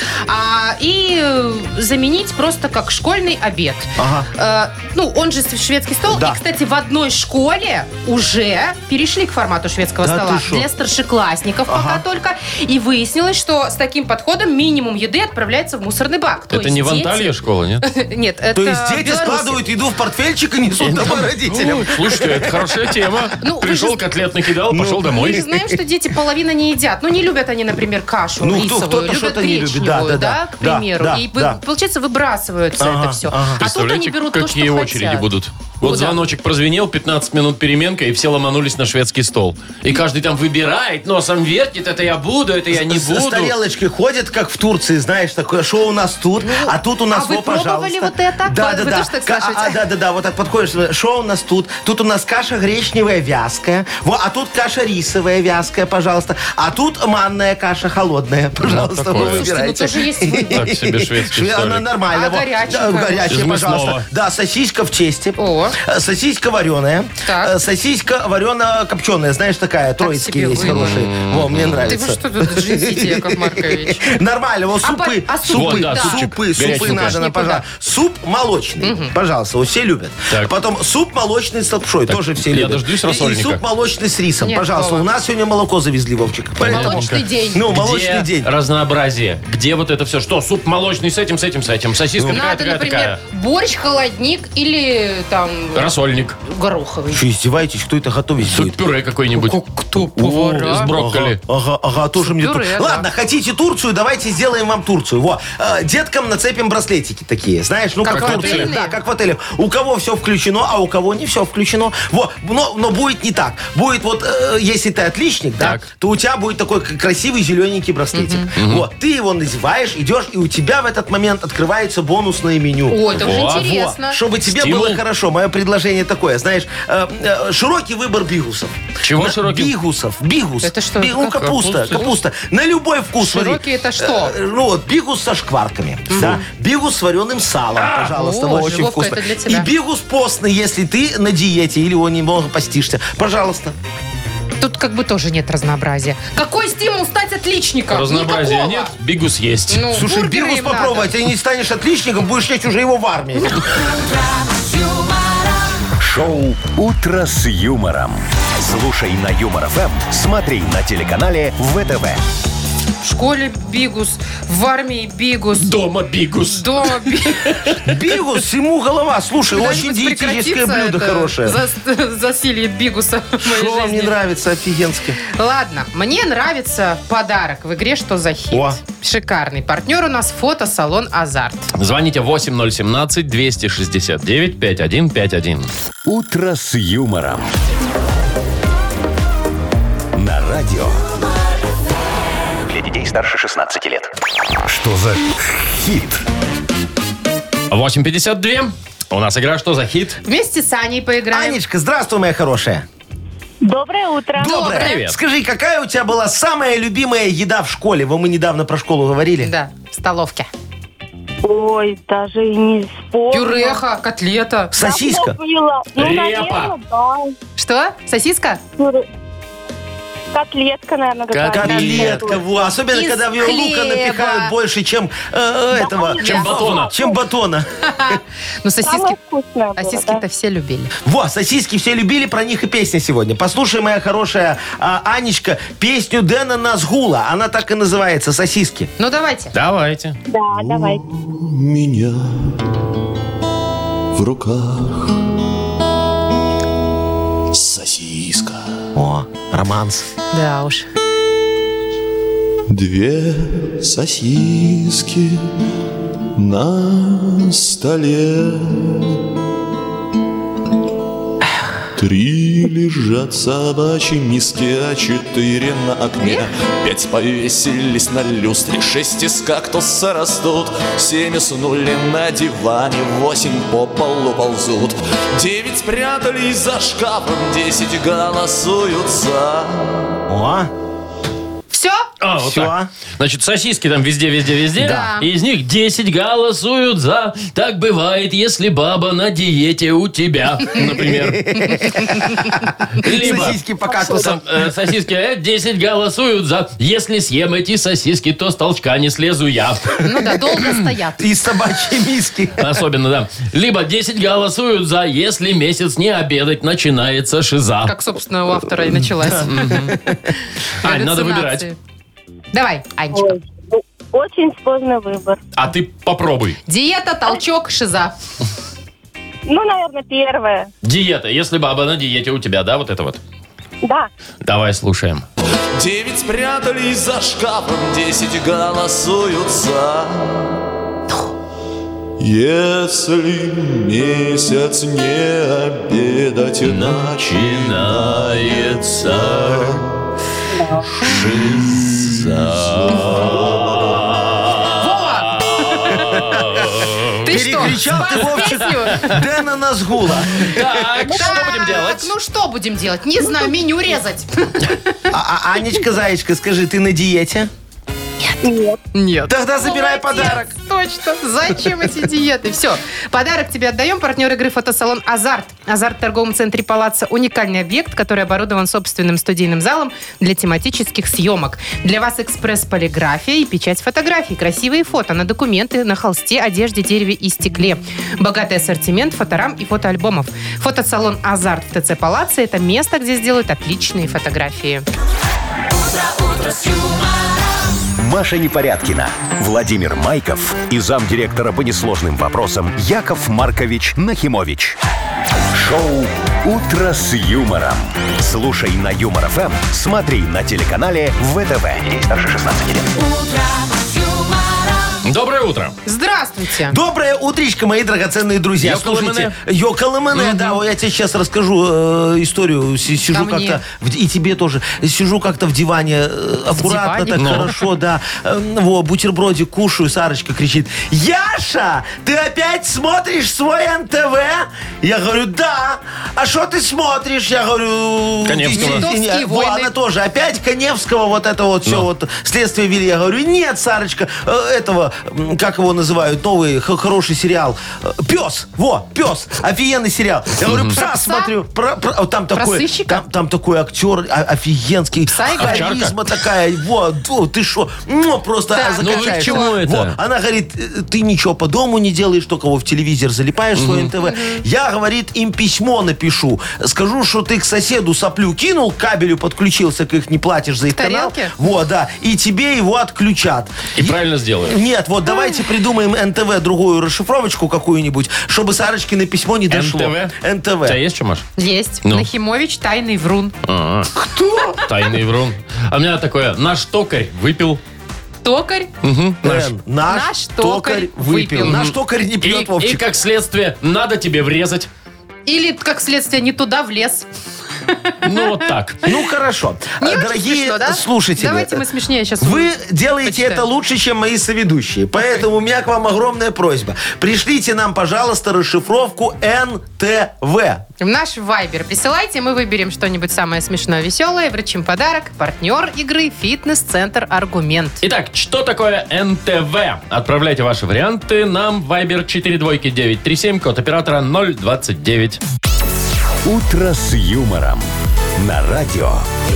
И заменить просто как школьный обед. Ну, он же шведский стол. Да. И, кстати, в одной школе уже перешли к формату шведского Да стола. ты шо? Для старшеклассников пока только. И выяснилось, что с таким подходом минимум еды отправляется в мусорный бак. То Это есть не в дети- Анталии школа, нет? Нет, это То есть в дети Беларуси. складывают еду в портфельчик и несут домой родителям? Слушайте, это хорошая тема. Ну, вы Пришел, же- котлет накидал, пошел Мы домой. же знаем, что дети половина не едят. Ну, не любят они, например, кашу Ну, рисовую, кто-то любят что-то не любит. гречневую, Да, к да, примеру. да, И, да. получается, выбрасываются это все. А тут они Представляете, берут то, какие что очереди хотят. будут? Вот Куда? звоночек прозвенел, 15 минут переменка, и все ломанулись на шведский стол. И каждый там выбирает, носом вертит, это я буду, это я не С буду. тарелочкой ходят, как в Турции, знаешь, такое, что у нас тут, а тут у нас, а вы пожалуйста. пробовали вот это? Да, Вы да, да. тоже так спрашиваете? Да, вот так подходишь, что у нас тут? Тут у нас каша гречневая вязкая, а тут каша рисовая вязкая, пожалуйста, а тут манная каша холодная, пожалуйста, такое. вы Слушайте, ну выбирайте. тоже есть выбор. Так себе шведский Она столик. нормально. А вот. горяченькая? Да, горячая, Из пожалуйста. мясного. Да, сосиска в тесте. О. Сосиска вареная. Так. Сосиска варено-копченая, знаешь, такая, троицкие себе есть выбор. хорошие. Во, мне Ты вы нравится. что тут джинсите, Яков Маркович? Нормально, вот супы, а супы, супы, да, да. супчик супы горяченький. надо, Никуда. пожалуйста. Суп молочный, пожалуйста, вот все любят. Так. Потом суп молочный с лапшой, тоже все я любят. дождусь И рассольника. суп молочный с рисом, Нет, пожалуйста. Вова. У нас сегодня молоко завезли, Вовчик. Поэтому- Молочный день. Ну, Где молочный день. разнообразие? Где вот это все? Что, суп молочный с этим? Сосиска Надо, такая, например, борщ, холодник или там Рассольник. гороховый. Что, издеваетесь? Кто это готовить будет? Суп-пюре какой-нибудь. Кто? С брокколи. Ага, тоже мне Пюре, да. Ладно, хотите Турцию, давайте сделаем вам Турцию. Во, деткам нацепим браслетики такие, знаешь, ну Как как, в в Турции. отеле? Да, как в отеле. У кого все включено, а у кого не все включено. Во, но будет не так. Будет вот, если ты отличник, да, Так. то у тебя будет такой красивый зелененький браслетик. Вот, ты его надеваешь, идешь, и у тебя в этот момент открывается бонусное меню. О, это уже Во, интересно. Чтобы тебе Стимул. было хорошо. Моя предложение такое, знаешь, широкий выбор бигусов. Чего широкий? Бигусов. Бигус. Это что? Ну, капуста. Капуста. На любой вкус. Широкий это что? Ну вот, бигус со шкварками. Да. Бигус с вареным салом, пожалуйста. Боже, Очень Вовка, вкусно. это для тебя. И бигус постный, если ты на диете или он немного постишься. Пожалуйста. Тут как бы тоже нет разнообразия. Какой стимул стать отличником? Разнообразия Никакого. нет, бигус есть. Ну, Слушай, бургеры бигус им надо. попробовать, и не станешь отличником, будешь есть уже его в армии. Шоу «Утро с юмором». Слушай на Юмор ФМ, смотри на телеканале ВТВ. В школе бигус, в армии бигус, Дома бигус. дома бигус. Бигус, ему голова. Слушай, очень диетическое блюдо хорошее. Засилье бигуса в моей Что вам не жизни. нравится офигенски? Ладно, мне нравится подарок в игре «Что за хит?». О. Шикарный партнер у нас фотосалон «Азарт». Звоните 8017-269-5151. «Утро с юмором». На радио. Для детей старше 16 лет. Что за хит? 8:52. У нас игра «Что за хит?». Вместе с Аней поиграем. Анечка, здравствуй, моя хорошая. Доброе утро. Доброе. Привет. Скажи, какая у тебя была самая любимая еда в школе? Мы недавно про школу говорили. Да, в столовке. Ой, даже и не спорю. Пюреха, котлета. Сосиска. Было. Ну, Репа. наверное, да. Что? Сосиска? Котлетка, наверное, какая-то. Котлетка. Во. Особенно, Из когда в нее лука хлеба. напихают больше, чем этого. Чем батона. Чем батона. Ну, Самое сосиски... вкусное было, Сосиски-то да. все любили. Во, сосиски все любили, про них и песня сегодня. Послушай, моя хорошая Анечка, песню Дэна Назгула. Она так и называется «Сосиски». Ну, давайте. Давайте. Да, давайте. Меня в руках сосиска. О, романс. Да уж. Две сосиски на столе. Три лежат в собачьей миске, а 4 на окне. 5 повесились на люстре, 6 из кактуса растут, 7 уснули на диване, 8 по полу ползут, 9 спрятались за шкафом, 10 голосуют за. О, Все? А, вот Всё. так. Значит, сосиски там везде. Да. И из них 10 голосуют за. Так бывает, если баба на диете у тебя, например. Либо сосиски по кактусам. сосиски 10 голосуют за. Если съем эти сосиски, то с толчка не слезу я. Ну да, долго стоят. Из собачьей миски. Особенно, да. Либо 10 голосуют за. Если месяц не обедать, начинается шиза. Как, собственно, у автора и началась. Ань, надо Галлюцинации. выбирать. Давай, Анечка. Ой, очень сложный выбор. А ты попробуй. Диета, толчок, шиза. Ну, наверное, первое. Диета. Если баба на диете у тебя, да, вот это вот. Да. Давай слушаем. 9 спрятались за шкафом, 10 голосуют за. Если месяц не обедать, Начинается Ты что, Перекричал ты, спас Вовчик, песню? Дэна Назгула. Так, что будем Так, делать? ну что будем делать? Не знаю, меню резать. Анечка, Заячка, скажи, ты на диете? Нет. Нет. Тогда забирай подарок. Точно. Зачем эти диеты? Все. Подарок тебе отдаем. Партнер игры фотосалон «Азарт». «Азарт» в торговом центре «Палаццо» – уникальный объект, который оборудован собственным студийным залом для тематических съемок. Для вас экспресс-полиграфия и печать фотографий. Красивые фото на документы, на холсте, одежде, дереве и стекле. Богатый ассортимент фоторам и фотоальбомов. Фотосалон «Азарт» в ТЦ «Палаццо» – это место, где сделают отличные фотографии. Маша Непорядкина, Владимир Майков и замдиректора по несложным вопросам Яков Маркович Нахимович. Шоу «Утро с юмором». Слушай на Юмор ФМ, смотри на телеканале ВТВ. Ей старше 16 лет. Доброе утро. Здравствуйте. Здравствуйте. Доброе утречко, мои драгоценные друзья. Йоколэмэне. Йоколэмэне, да, я тебе сейчас расскажу историю. Сижу Ко мне. как-то, и тебе тоже, сижу как-то в диване, аккуратно, диване? так хорошо, да. Бутербродик кушаю, Сарочка кричит: Яша, ты опять смотришь свой НТВ? Я говорю: да. А что ты смотришь? Я говорю... Коневского. «Ментовские войны». Она тоже. Опять Коневского, вот это вот все, вот следствие вели. Я говорю: нет, Сарочка, этого, как его называют, новый хороший сериал. Пес. Пес. Офигенный сериал. Я говорю: пса смотрю. Там такой, сыщика? там такой актер офигенский. Пса играет? Харизма такая. Ты что? Просто Так, ну вы к закачаешь. чему это? Она говорит: ты ничего по дому не делаешь, только в телевизор залипаешь свой НТВ. Я, говорит, им письмо напишу. Скажу, что ты к соседу соплю кинул, к кабелю подключился, к их не платишь за их канал. тарелке? Да. И тебе его отключат. И правильно сделаю. Нет, давайте придумаем НТВ другую расшифровочку какую-нибудь, чтобы Сарочкино письмо не дошло. НТВ? У тебя есть что, Маш? Есть. Ну. Нахимович, тайный врун. Кто? Тайный врун. А у меня такое: наш токарь выпил. Токарь. Наш токарь выпил. Наш токарь не пьет, И Вовчик. как следствие, надо тебе врезать. Или, как следствие, не туда влез. Ну, вот так. Ну, хорошо. Не очень Дорогие смешно, да? слушатели, Давайте мы смешнее сейчас. вы делаете почитаем. это лучше, чем мои соведущие. Поэтому у меня к вам огромная просьба. Пришлите нам, пожалуйста, расшифровку НТВ. В наш Вайбер присылайте, мы выберем что-нибудь самое смешное, веселое, вручим подарок. Партнер игры «Фитнес-центр Аргумент». Итак, что такое НТВ? Отправляйте ваши варианты нам в Viber 42937, код оператора 029. «Утро с юмором» на радио.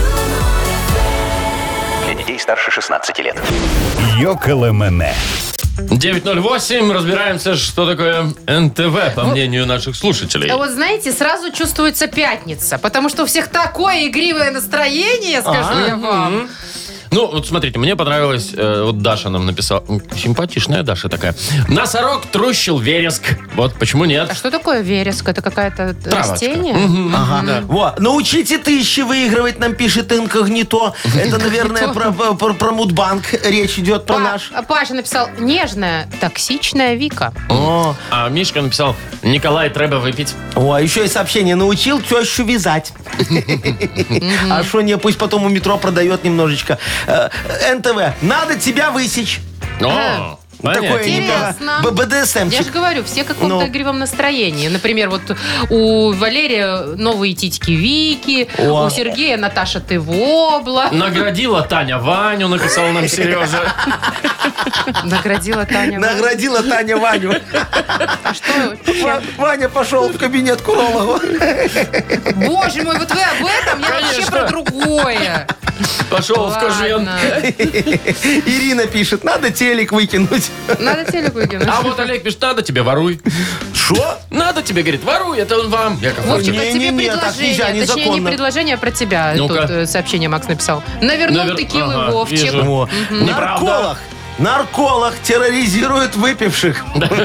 Для детей старше 16 лет. Йоколэмэне. 9:08. Разбираемся, что такое НТВ, по мнению наших слушателей. А вот знаете, сразу чувствуется пятница, потому что у всех такое игривое настроение, скажу я вам. Ну, вот смотрите, мне понравилось, вот Даша нам написала, симпатичная Даша такая. Носорог трущил вереск. Вот почему нет? А что такое вереск? Это какое-то Травочка. растение? Научите тысячи выигрывать, нам пишет инкогнито. Это, наверное, про Мудбанк речь идет, про наш. Паша написал: нежная, токсичная Вика. А Мишка написал: Николай, треба выпить. А еще и сообщение: научил тещу вязать. А что не, пусть потом у метро продает немножечко. НТВ, надо тебя высечь. О, Такое Интересно. Я БДСМчик. же говорю, все в каком-то Ну. игривом настроении. Например, вот у Валерия новые титьки Вики, О. у Сергея Наташа ты вобла. Наградила Таня Ваню, написал нам Сережа. Наградила Таня. Наградила Таня Ваню. А что? Чем? Ваня пошел в кабинет к урологу. Боже мой, вот вы об этом, я вообще Конечно. про другое. Пошел в кожен. Ладно. Ирина пишет: надо телек выкинуть. Надо телек выкинуть. А вот Олег пишет: надо тебе, воруй. Что? Надо тебе, говорит, воруй, это он вам. Яков Вовчик, Маркович. а тебе Не-не-не, так предложение. нельзя, Точнее, не незаконно. предложение, а про тебя. Ну-ка. Тут сообщение Макс написал. Навернул текилы Ага, Вовчик. вижу. Во. Неправда. Нарколог терроризирует выпивших.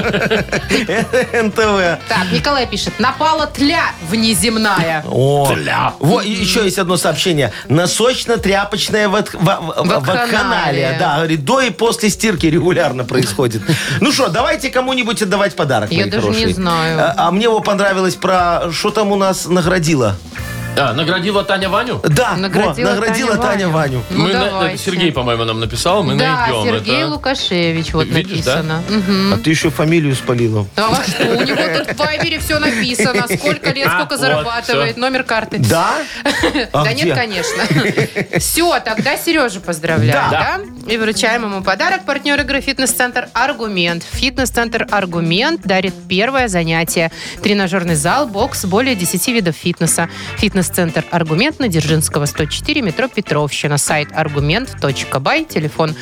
НТВ. Так, Николай пишет: напала тля внеземная. Вот, и еще есть одно сообщение. Носочно-тряпочная вакханалия. Да, говорит, до и после стирки регулярно происходит. Ну что, давайте кому-нибудь отдавать подарок, Я мои даже хорошие. не знаю. А мне его понравилось про... Что там у нас наградила? А, наградила Таня Ваню? Да, Наградила Таня Ваню. Ну, Мы давайте. Сергей, по-моему, нам написал, мы Да, найдем Сергей это. Лукашевич, вот Видишь, да? написано. Мгм. А ты еще фамилию спалила. А что, у него тут в Вайбере все написано. Сколько лет, сколько вот, зарабатывает, номер карты. Да? А Да где? нет, конечно. Все, тогда Сережу поздравляю, да? И вручаем ему подарок. Партнер игры «Фитнес-центр Аргумент». «Фитнес-центр Аргумент» дарит первое занятие. Тренажерный зал, бокс, более 10 видов фитнеса. «Фитнес-центр Аргумент» на Дзержинского, 104, метро Петровщина. Сайт argument.by, телефон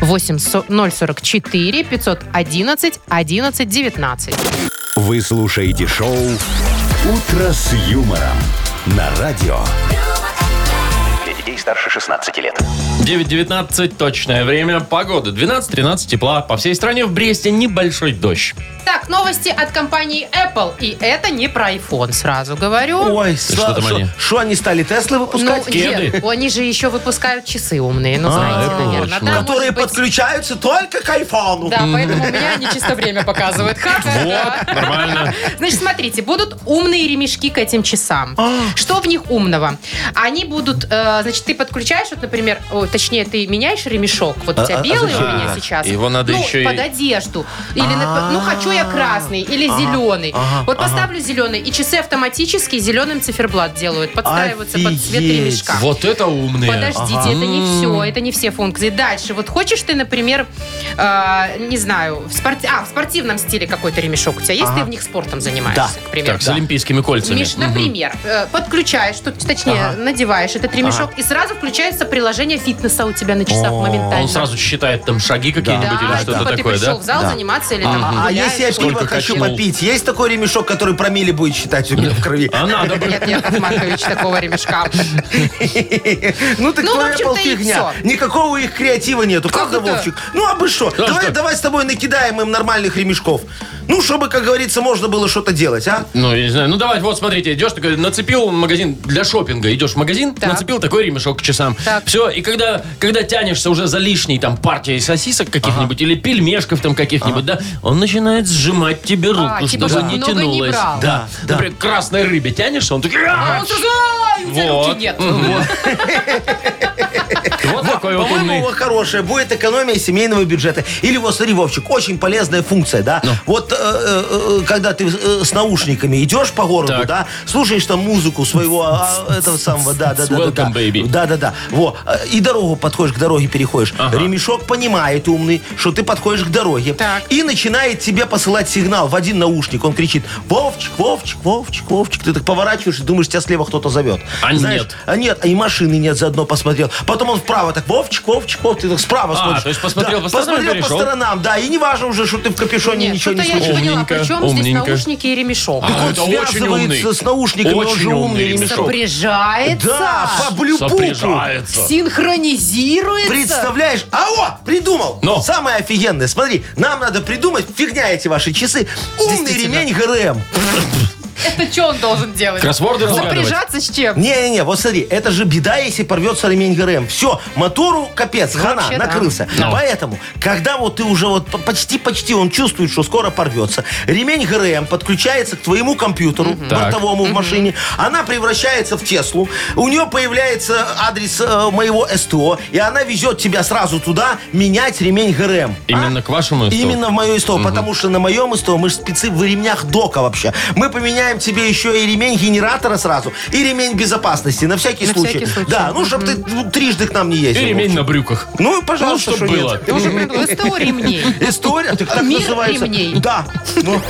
8044 511 11 19. Вы слушаете шоу «Утро с юмором» на радио. Для детей старше 16 лет. 9:19 точное время. Погода 12-13 тепла. По всей стране в Бресте небольшой дождь. Так, новости от компании Apple. И это не про iPhone, сразу говорю. Ой, что там они? что они стали Теслы выпускать? кеды. Они же еще выпускают часы умные. Ну, знаете, наверное. точно. Да, Которые может быть. подключаются только к айфону. Да, поэтому у меня они чисто время показывают. Ха-ха-ха. Вот, нормально. Значит, смотрите, будут умные ремешки к этим часам. Что в них умного? Они будут, значит, ты подключаешь, вот, например, точнее, ты меняешь ремешок. Вот у тебя белый у меня сейчас. Его надо еще и- под одежду. Или, ну, хочу я красный или зеленый. Вот поставлю зеленый, и часы автоматически зеленым циферблат делают. Подстраиваются под цвет Офигеть. ремешка. Вот это умные. Подождите, это не все, это не все функции. Дальше, вот хочешь ты, например, не знаю, в спортивном стиле какой-то ремешок у тебя есть, ты в них спортом занимаешься, к примеру. Так, с олимпийскими кольцами. Миш, например, подключаешь, точнее, надеваешь этот ремешок, и сразу включается приложение фитнеса у тебя на часах моментально. Он сразу считает там шаги какие-нибудь Да, или что-то типа ты такое, пришел да? в зал заниматься или там А гуляешь. если я пиво Сколько хочу качнул? попить, есть такой ремешок, который промилле будет считать у меня в крови? А надо бы. Нет, Яков Маркович, такого ремешка. Ну так Ну, в твоя общем-то, и фигня. всё. Никакого их креатива нету. Правда, это? Вовчик? Ну, а бы что? Да, что? Давай с тобой накидаем им нормальных ремешков. Ну, чтобы, как говорится, можно было что-то делать, а? Ну, я не знаю. Ну, давай, вот, смотрите, идешь, такой, нацепил магазин для шопинга. Идешь в магазин, Так. нацепил такой ремешок к часам. Так. Все, и когда тянешься уже за лишней там партией сосисок каких-нибудь или пельмешков там каких-нибудь, да, он начинает сжимать тебе руку, типа, чтобы чтобы не много не тянулось. брал. Да. Например, к красной рыбе тянешься, он такой... А он сразу, «Ай, у тебя Вот. руки нет». Вот такой вот По-моему, умный. хорошая будет экономия семейного бюджета. Или вот, смотри, Вовчик, очень полезная функция, да? Ну. Вот когда ты с наушниками идешь по городу, Так. да, слушаешь там музыку своего этого самого, да. Welcome, baby. Да. Во, и дорогу подходишь, к дороге переходишь. Ремешок понимает, умный, что ты подходишь к дороге. Так. И начинает тебе посылать сигнал в один наушник. Он кричит: Вовчик, Вовчик, Вовчик, Вовчик. Ты так поворачиваешь и думаешь, тебя слева кто-то зовет. А нет. А нет, и машины нет, заодно посмотрел. Потом он вправо так: Вовчик, Вовчик, Вовчик. Ты так справа смотришь. то есть посмотрел по сторонам, посмотрел по перешел. сторонам, да. И не важно уже, что ты в капюшоне Нет, ничего не что-то я не слышишь. поняла. Умненько, Причем здесь умненько. наушники и ремешок? А, Он это очень умный. связывается с наушниками, он Очень же умный умный ремешок. Сопряжается. Да, по блюпуту. Сопряжается. Синхронизируется. Представляешь? Придумал. Но. Самое офигенное. Смотри, нам надо придумать, фигня эти ваши часы, умный Действительно. ремень ГРМ. Это что он должен делать? Кроссворды разгадывать. Сопряжаться с чем? Не-не-не, вот смотри, это же беда, если порвется ремень ГРМ. Все, мотору капец, хана, Вообще, да. накрылся. Ну. Поэтому, когда вот ты уже вот почти он чувствует, что скоро порвется, ремень ГРМ подключается к твоему компьютеру, бортовому в машине, она превращается в Теслу, у нее появляется адрес моего СТО, и она везет тебя сразу туда менять ремень ГРМ. Именно к вашему СТО? Именно в мое СТО, потому что на моем СТО мы же спецы в ремнях дока вообще. Мы поменяем тебе еще и ремень генератора сразу, и ремень безопасности, на всякий На случай. всякий случай. Да, ну, чтобы ты трижды к нам не ездил. И ремень на брюках. Ну, пожалуйста, Ну, чтоб что нет. было. Ты уже придумал. СТО ремней. История, так Мир называется. ремней. Да. Ну,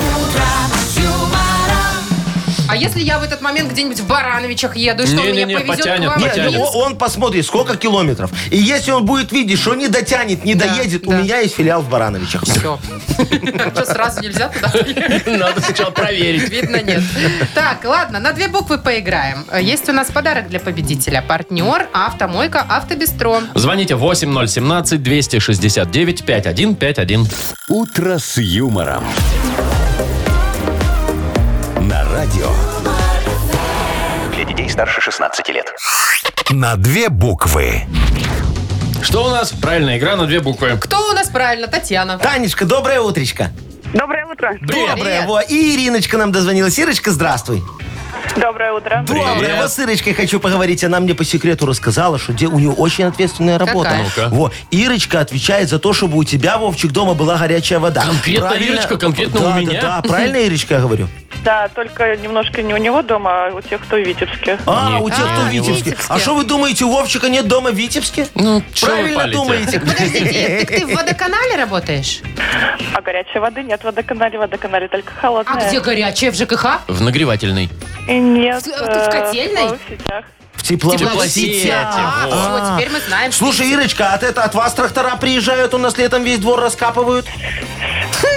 А если я в этот момент где-нибудь в Барановичах еду, и что, он меня Не-не-не, повезет потянет, к вам? нет, потянет. он посмотрит, сколько километров. И если он будет видеть, что не дотянет, не Да, доедет, у да. меня есть филиал в Барановичах. Все. Что, сразу нельзя туда? Надо сначала проверить. Видно, нет. Так, ладно, на 2 буквы поиграем. Есть у нас подарок для победителя. Партнер «Автомойка Автобестро». Звоните 8017-269-5151. «Утро с юмором». На радио. Для детей старше 16 лет. На 2 буквы. Что у нас? Правильная игра на 2 буквы. Кто у нас правильно? Татьяна. Танечка, доброе утречко. Доброе утро. Привет. Доброе. Во. И Ириночка нам дозвонилась. Ирочка, здравствуй. Доброе утро. Доброе. Привет. Вот с Ирочкой хочу поговорить. Она мне по секрету рассказала, что у нее очень ответственная работа. Какая? Ну-ка. Во. Irочка отвечает за то, чтобы у тебя, Вовчик, дома была горячая вода. Конкретно Ирочка? Конкретно Да, у меня? Да, правильно, Ирочка, я говорю? Да, только немножко не у него дома, а у тех, кто в Витебске. У тех, кто в в Витебске. Витебске. А что вы думаете, у Вовчика нет дома в Витебске? Ну, чё вы Правильно палите? думаете. Подождите, так ты в водоканале работаешь? А горячей воды нет в водоканале только А холодная. где горячая? В ЖКХ? В нагревательной. И нет. Ты в котельной? В сетях. В теплосети. Теплосети, вот. Все, теперь мы знаем. Слушай, Ирочка, от вас трактора приезжают, у нас летом весь двор раскапывают?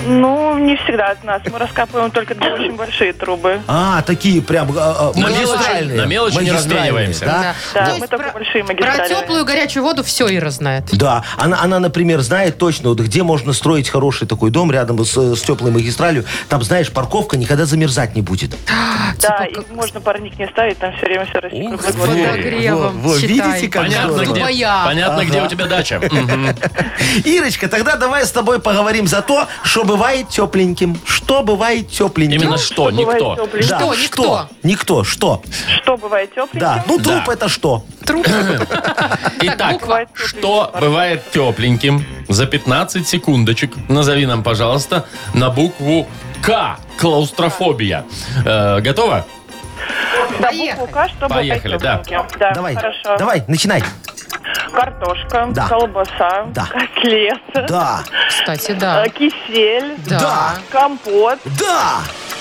Ну, не всегда от нас. Мы раскапываем только две очень большие трубы. Такие прям На магистральные. мелочи не Магистральные, размениваемся. да? Да, То мы есть только большие Про магистрали. теплую горячую воду все Ира знает. Да, она, например, знает точно, вот где можно строить хороший такой дом рядом с теплой магистралью. Там, знаешь, парковка никогда замерзать не будет. Да, и можно парник не ставить, там все время все растет. Ух круглый год. ты. Подогревом, Видите, считай. как Понятно, здорово. где, Твоя. понятно, где у тебя дача. Мгм. Ирочка, тогда давай с тобой поговорим за то, что бывает тепленьким. Что бывает тепленьким? Именно что, бывает никто. тепленьким? Да, Что, никто? Никто, что? Что бывает тепленьким? Да, ну труп Да. это что? Итак, буква. что бывает тепленьким? За 15 секундочек назови нам, пожалуйста, на букву К. Клаустрофобия. Готово? Да, Поехали. букву К, что бывает Поехали, да. тепленьким. Да, Давай, хорошо. давай, начинай. Картошка, Да. колбаса, Да. котлета, Да, Кстати, да. кисель, Да. компот, да.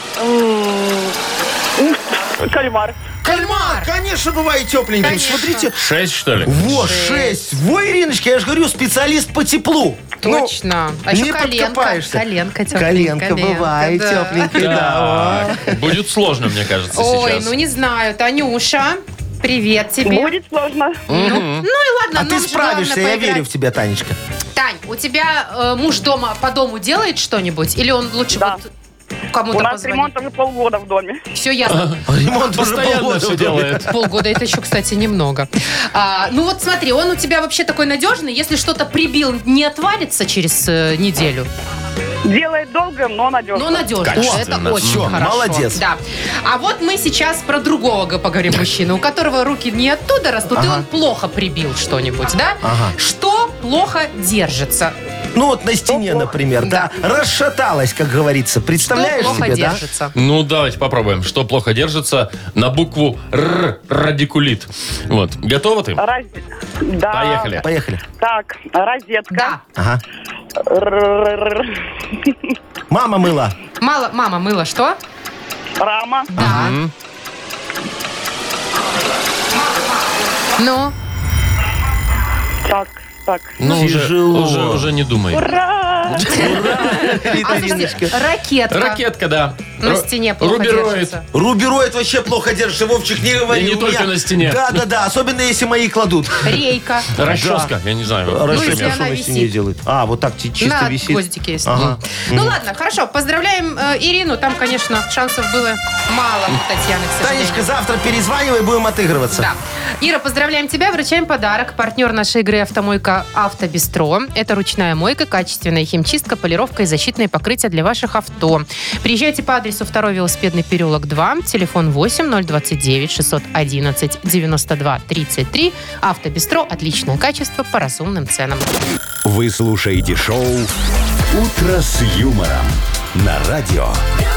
кальмар. Кальмар, конечно, бывает тепленьким. Конечно. Смотрите. 6, что ли? Вот, 6. Во, Ириночка, я же говорю, специалист по теплу. Точно. А еще не коленка. подкопаешься. Коленка тепленькая. Коленка бывает да. тепленькая, да. Так, будет сложно, мне кажется, Ой, сейчас. ну не знаю. Танюша, привет тебе. Будет сложно. Ну и ладно, А нам ты же справишься, главное я поиграть. верю в тебя, Танечка. Тань, у тебя муж дома по дому делает что-нибудь? Или он лучше Да. вот кому-то У нас позвонит? ремонт уже полгода в доме. Все ясно. Ремонт уже Постоянно полгода все в доме. делает. Полгода это еще, кстати, немного. Ну вот смотри, он у тебя вообще такой надежный. Если что-то прибил, не отвалится через неделю. Делает долго, но надежно. Но надежно. Качественно. Это очень Всё, хорошо. молодец. Да. А вот мы сейчас про другого поговорим мужчину, у которого руки не оттуда растут, и он плохо прибил что-нибудь, да? Ага. Что плохо держится? Ну вот на стене, например, да. Расшаталась, как говорится. Что Представляешь плохо себе, да? держится? Ну, давайте попробуем. Что плохо держится на букву Р. Радикулит. Вот. Готовы ты? Да. Поехали. Поехали. Так, розетка. Да. Ага. Р-р-р-р. Мама мыла. Мама мыла что? Рама. Да. Ну, Так. Ну, Тяжело. уже не думай. Ура! слушайте, ракетка. Ракетка, да. На стене плохо Рубероид. держится. Рубероид вообще плохо держится, Вовчик, не говори. И не У только меня- на стене. Да, особенно если мои кладут. Рейка. Расческа, я не знаю. Расческа, если что она на стене висит. делают? А, вот так чисто На висит. гвоздике есть. Ага. Ну ладно, хорошо. Поздравляем Ирину. Там, конечно, шансов было мало у Татьяны, к сожалению. Танечка, завтра перезванивай, будем отыгрываться. Да. Ира, поздравляем тебя. Вручаем подарок. Партнер нашей игры «Автомойка Автобестро». Это ручная мойка, качественная химчистка, полировка и защитные покрытия для ваших авто. Приезжайте по адресу 2 велосипедный переулок 2, телефон 8-029 611 92 33. «Автобестро» – отличное качество по разумным ценам. Вы слушаете шоу «Утро с юмором» на радио.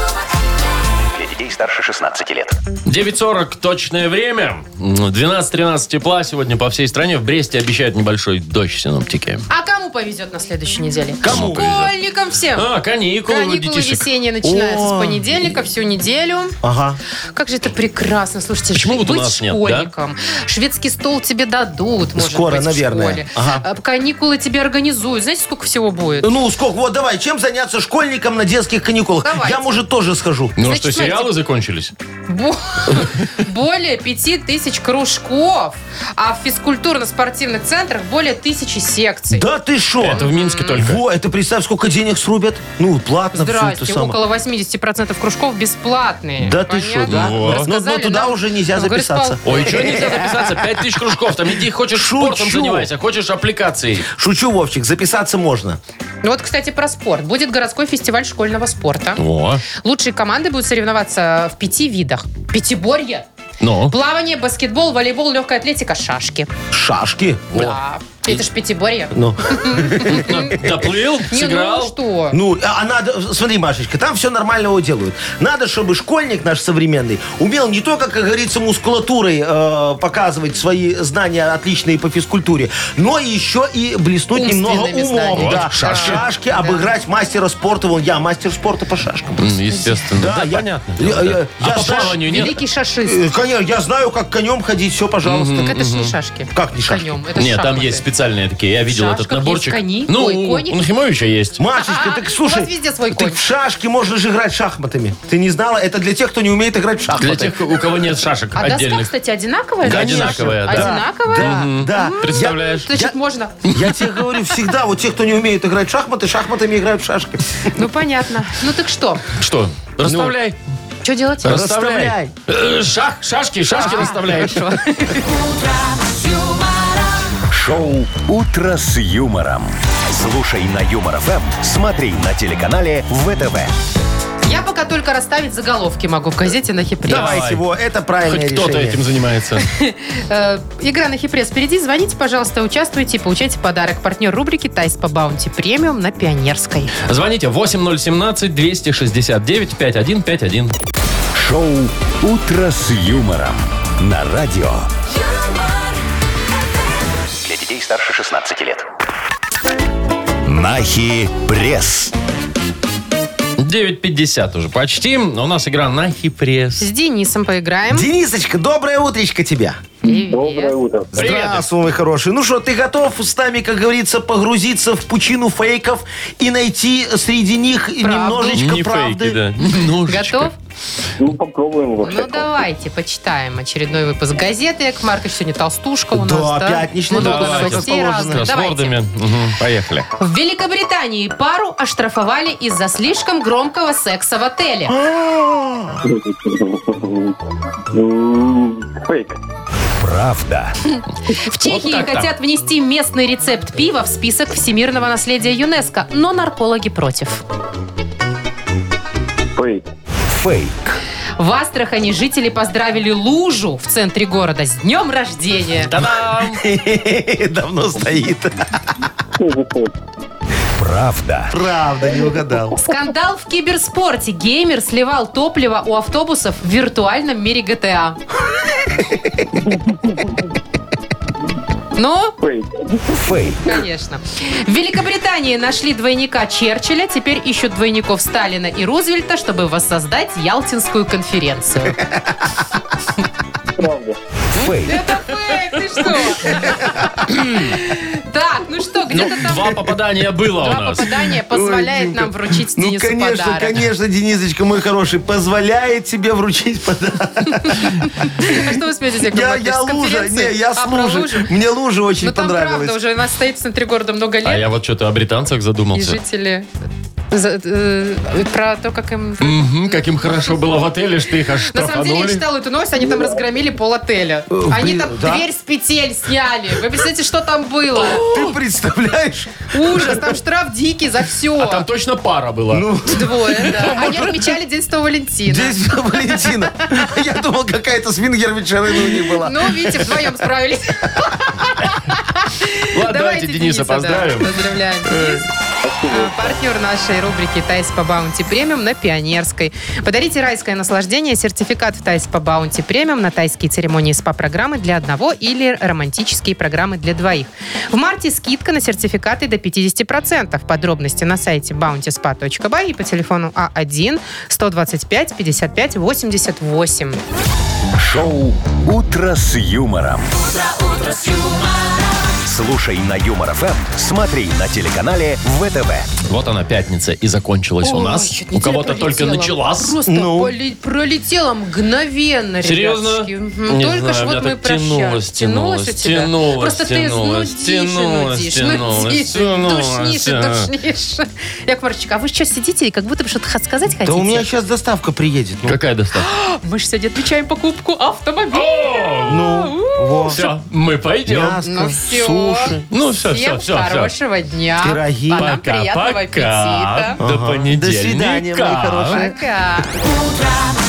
Для детей старше 16 лет. 9:40 точное время. 12-13 тепла сегодня по всей стране. В Бресте обещают небольшой дождь синоптики. А кому повезет на следующей неделе? Кому повезет? Школьникам всем. Каникулы у Каникулы детишек. весенние начинаются О. с понедельника всю неделю. Ага. Как же это прекрасно. Слушайте, Почему вот у быть нас нет, школьником. Шведский стол тебе дадут, может Скоро, быть, наверное. в школе. Ага. Каникулы тебе организуют. Знаете, сколько всего будет? Ну, сколько? Вот давай, чем заняться школьником на детских каникулах? Давайте. Я, может, тоже схожу. Ну Значит, что, смотрите. сериалы закончились? Более 5000 кружков, а в физкультурно-спортивных центрах более 1000 секций. Да ты шо? Это в Минске только. Во, это представь, сколько денег срубят. Ну, платно все это Здрасте, самое. около 80% кружков бесплатные. Да ты шо, Понятно? да? Вот. Но Рассказали туда нам уже нельзя в записаться. горисполкоме. Ой, что нельзя записаться? 5000 кружков. Там иди, хочешь спортом Шучу. занимайся, хочешь аппликацией. Шучу, Вовчик, записаться можно. Ну вот, кстати, про спорт. Будет городской фестиваль школьного спорта. О, Лучшие команды будут соревноваться в 5 видах. Пятиборье. ну. Плавание, баскетбол, волейбол, легкая атлетика, шашки. Шашки. О. Да. Это ж пятиборье. Ну, Доплыл, Не, сыграл. ну что? ну, а надо, смотри, Машечка, там все нормально его делают. Надо, чтобы школьник наш современный умел не только, как говорится, мускулатурой показывать свои знания отличные по физкультуре, но еще и блеснуть немного Умственными умом. знаниями. Да. Вот, шашки. Шашки, обыграть мастера спорта. Вон, я мастер спорта по шашкам. Естественно. Да, я- понятно. я А по знаю- плаванию нет? Великий шашист. Конечно, я знаю, как конем ходить, все, пожалуйста. Так это ж не шашки. Как не шашки? Конем. Это ж Нет, там шахматы. есть специальные такие. Я видел шашках этот наборчик. есть кони? Ну, Ой, кони? у Нахимовича есть. Машечка, так У слушай, вас везде свой конь. так в шашки можно же играть шахматами. Ты не знала? Это для тех, кто не умеет играть в Для шахматы. тех, у кого нет шашек А доска, отдельных. кстати, одинаковая? Конечно. Одинаковая, да. Одинаковая? Да. Представляешь? Значит, можно. Я тебе говорю, всегда вот те, кто не умеет играть в шахматы, шахматами играют в шашки. Ну, понятно. Ну, так что? Что? Расставляй. Что делать? Расставляй. Шашки расставляй. Хорошо. Шоу «Утро с юмором». Слушай на Юмор ФМ, смотри на телеканале ВТВ. Я пока только расставить заголовки могу в газете «На хипресс». Давайте его, это правильное Хоть кто-то решение. этим занимается. Игра «На хипресс» впереди. Звоните, пожалуйста, участвуйте и получайте подарок. Партнер рубрики «Тайс по баунти премиум» на Пионерской. Звоните 8017-269-5151. Шоу «Утро с юмором» на радио. Для детей старше 16 лет. Нахи пресс. 9:50 уже почти. У нас игра на хипресс. С Денисом поиграем. Денисочка, доброе утречко тебе. Доброе утро. Здравствуй, мой хороший. Ну что, ты готов с нами, как говорится, погрузиться в пучину фейков и найти среди них немножечко Не правды? фейки, да. Немножечко. Готов? Ну, попробуем его. Ну, давайте, почитаем очередной выпуск газеты. Яков Маркович, сегодня толстушка у нас, Да, да? пятничный Много выпуск, как новостей положено. разных. С Давайте. вордами. Поехали. В Великобритании пару оштрафовали из-за слишком громкого секса в отеле. Фейк. Правда. В Чехии так-то. хотят внести местный рецепт пива в список всемирного наследия ЮНЕСКо, но наркологи против. Фейк. Фейк. В Астрахани жители поздравили лужу в центре города с днем рождения. Та-дам! Давно стоит. Правда. Правда, не угадал. Скандал в киберспорте. Геймер сливал топливо у автобусов в виртуальном мире GTA. Ну, Фейк. Фейк. конечно. В Великобритании нашли двойника Черчилля. Теперь ищут двойников Сталина и Рузвельта, чтобы воссоздать Ялтинскую конференцию. Правда. Фейк. Это фейк, ты что? Так, ну что, Ну, где-то там... 2 попадания было у Два нас. попадания позволяет нам вручить Ну, Денису конечно, подарок. конечно, Денисочка, мой хороший, позволяет тебе вручить подарок. А что вы смеетесь, Яков Маркович, Я с лужа, конференции? не, я А, с про лужи. лужу? Мне лужа очень Ну там понравилась. правда, уже она стоит в центре города много А лет. я вот что-то о британцах И задумался. жители... Про то, как им... Как им хорошо было в отеле, что их аж На самом деле, я штрафанули. читала эту новость, они там разгромили пол-отеля. Они там да? дверь с петель сняли. Вы представляете, что там было? Ты представляешь? Ужас, там штраф дикий за все. А там точно пара была. Двое, да. Они отмечали День Святого Валентина. Здесь Валентина. Я думал, какая-то свингер-вечерина у них была. Ну, видите, вдвоем справились. Ладно, давайте Дениса да, поздравим. Поздравляем, Денис. Партнер нашей рубрики «Тайс по баунти премиум» на Пионерской. Подарите райское наслаждение, сертификат в «Тайс по баунти премиум» на тайские церемонии СПА-программы для одного или романтические программы для двоих. В марте скидка на сертификаты до 50%. Подробности на сайте bountyspa.by и по телефону А1-125-55-88. Шоу «Утро с юмором». Слушай на Юмор ФМ, смотри на телеканале ВТВ. Вот она, пятница, и закончилась у нас. чуть У неделя кого-то только пролетела. началась. Просто Ну. пролетела мгновенно, Серьезно? ребятушки. Мгм. Не Только знаю, ж у вот меня мы так тянулось, прощались. У тебя? тянулось, Просто тянулось, ты тянулось, нудишь, тянулось, душнишь, тянулось. душнишь. Яков Маркович, а вы сейчас сидите и как будто бы что-то сказать хотите? Да у меня сейчас доставка приедет. Ну, Какая доставка? Мы же сегодня отмечаем покупку автомобиля. ну, во. Все, мы пойдем. Мяско, Ну все. суши, Ну все, Всем все. хорошего дня. пироги. А нам приятного аппетита. До понедельника. До свидания, мои хорошие. Пока. Утро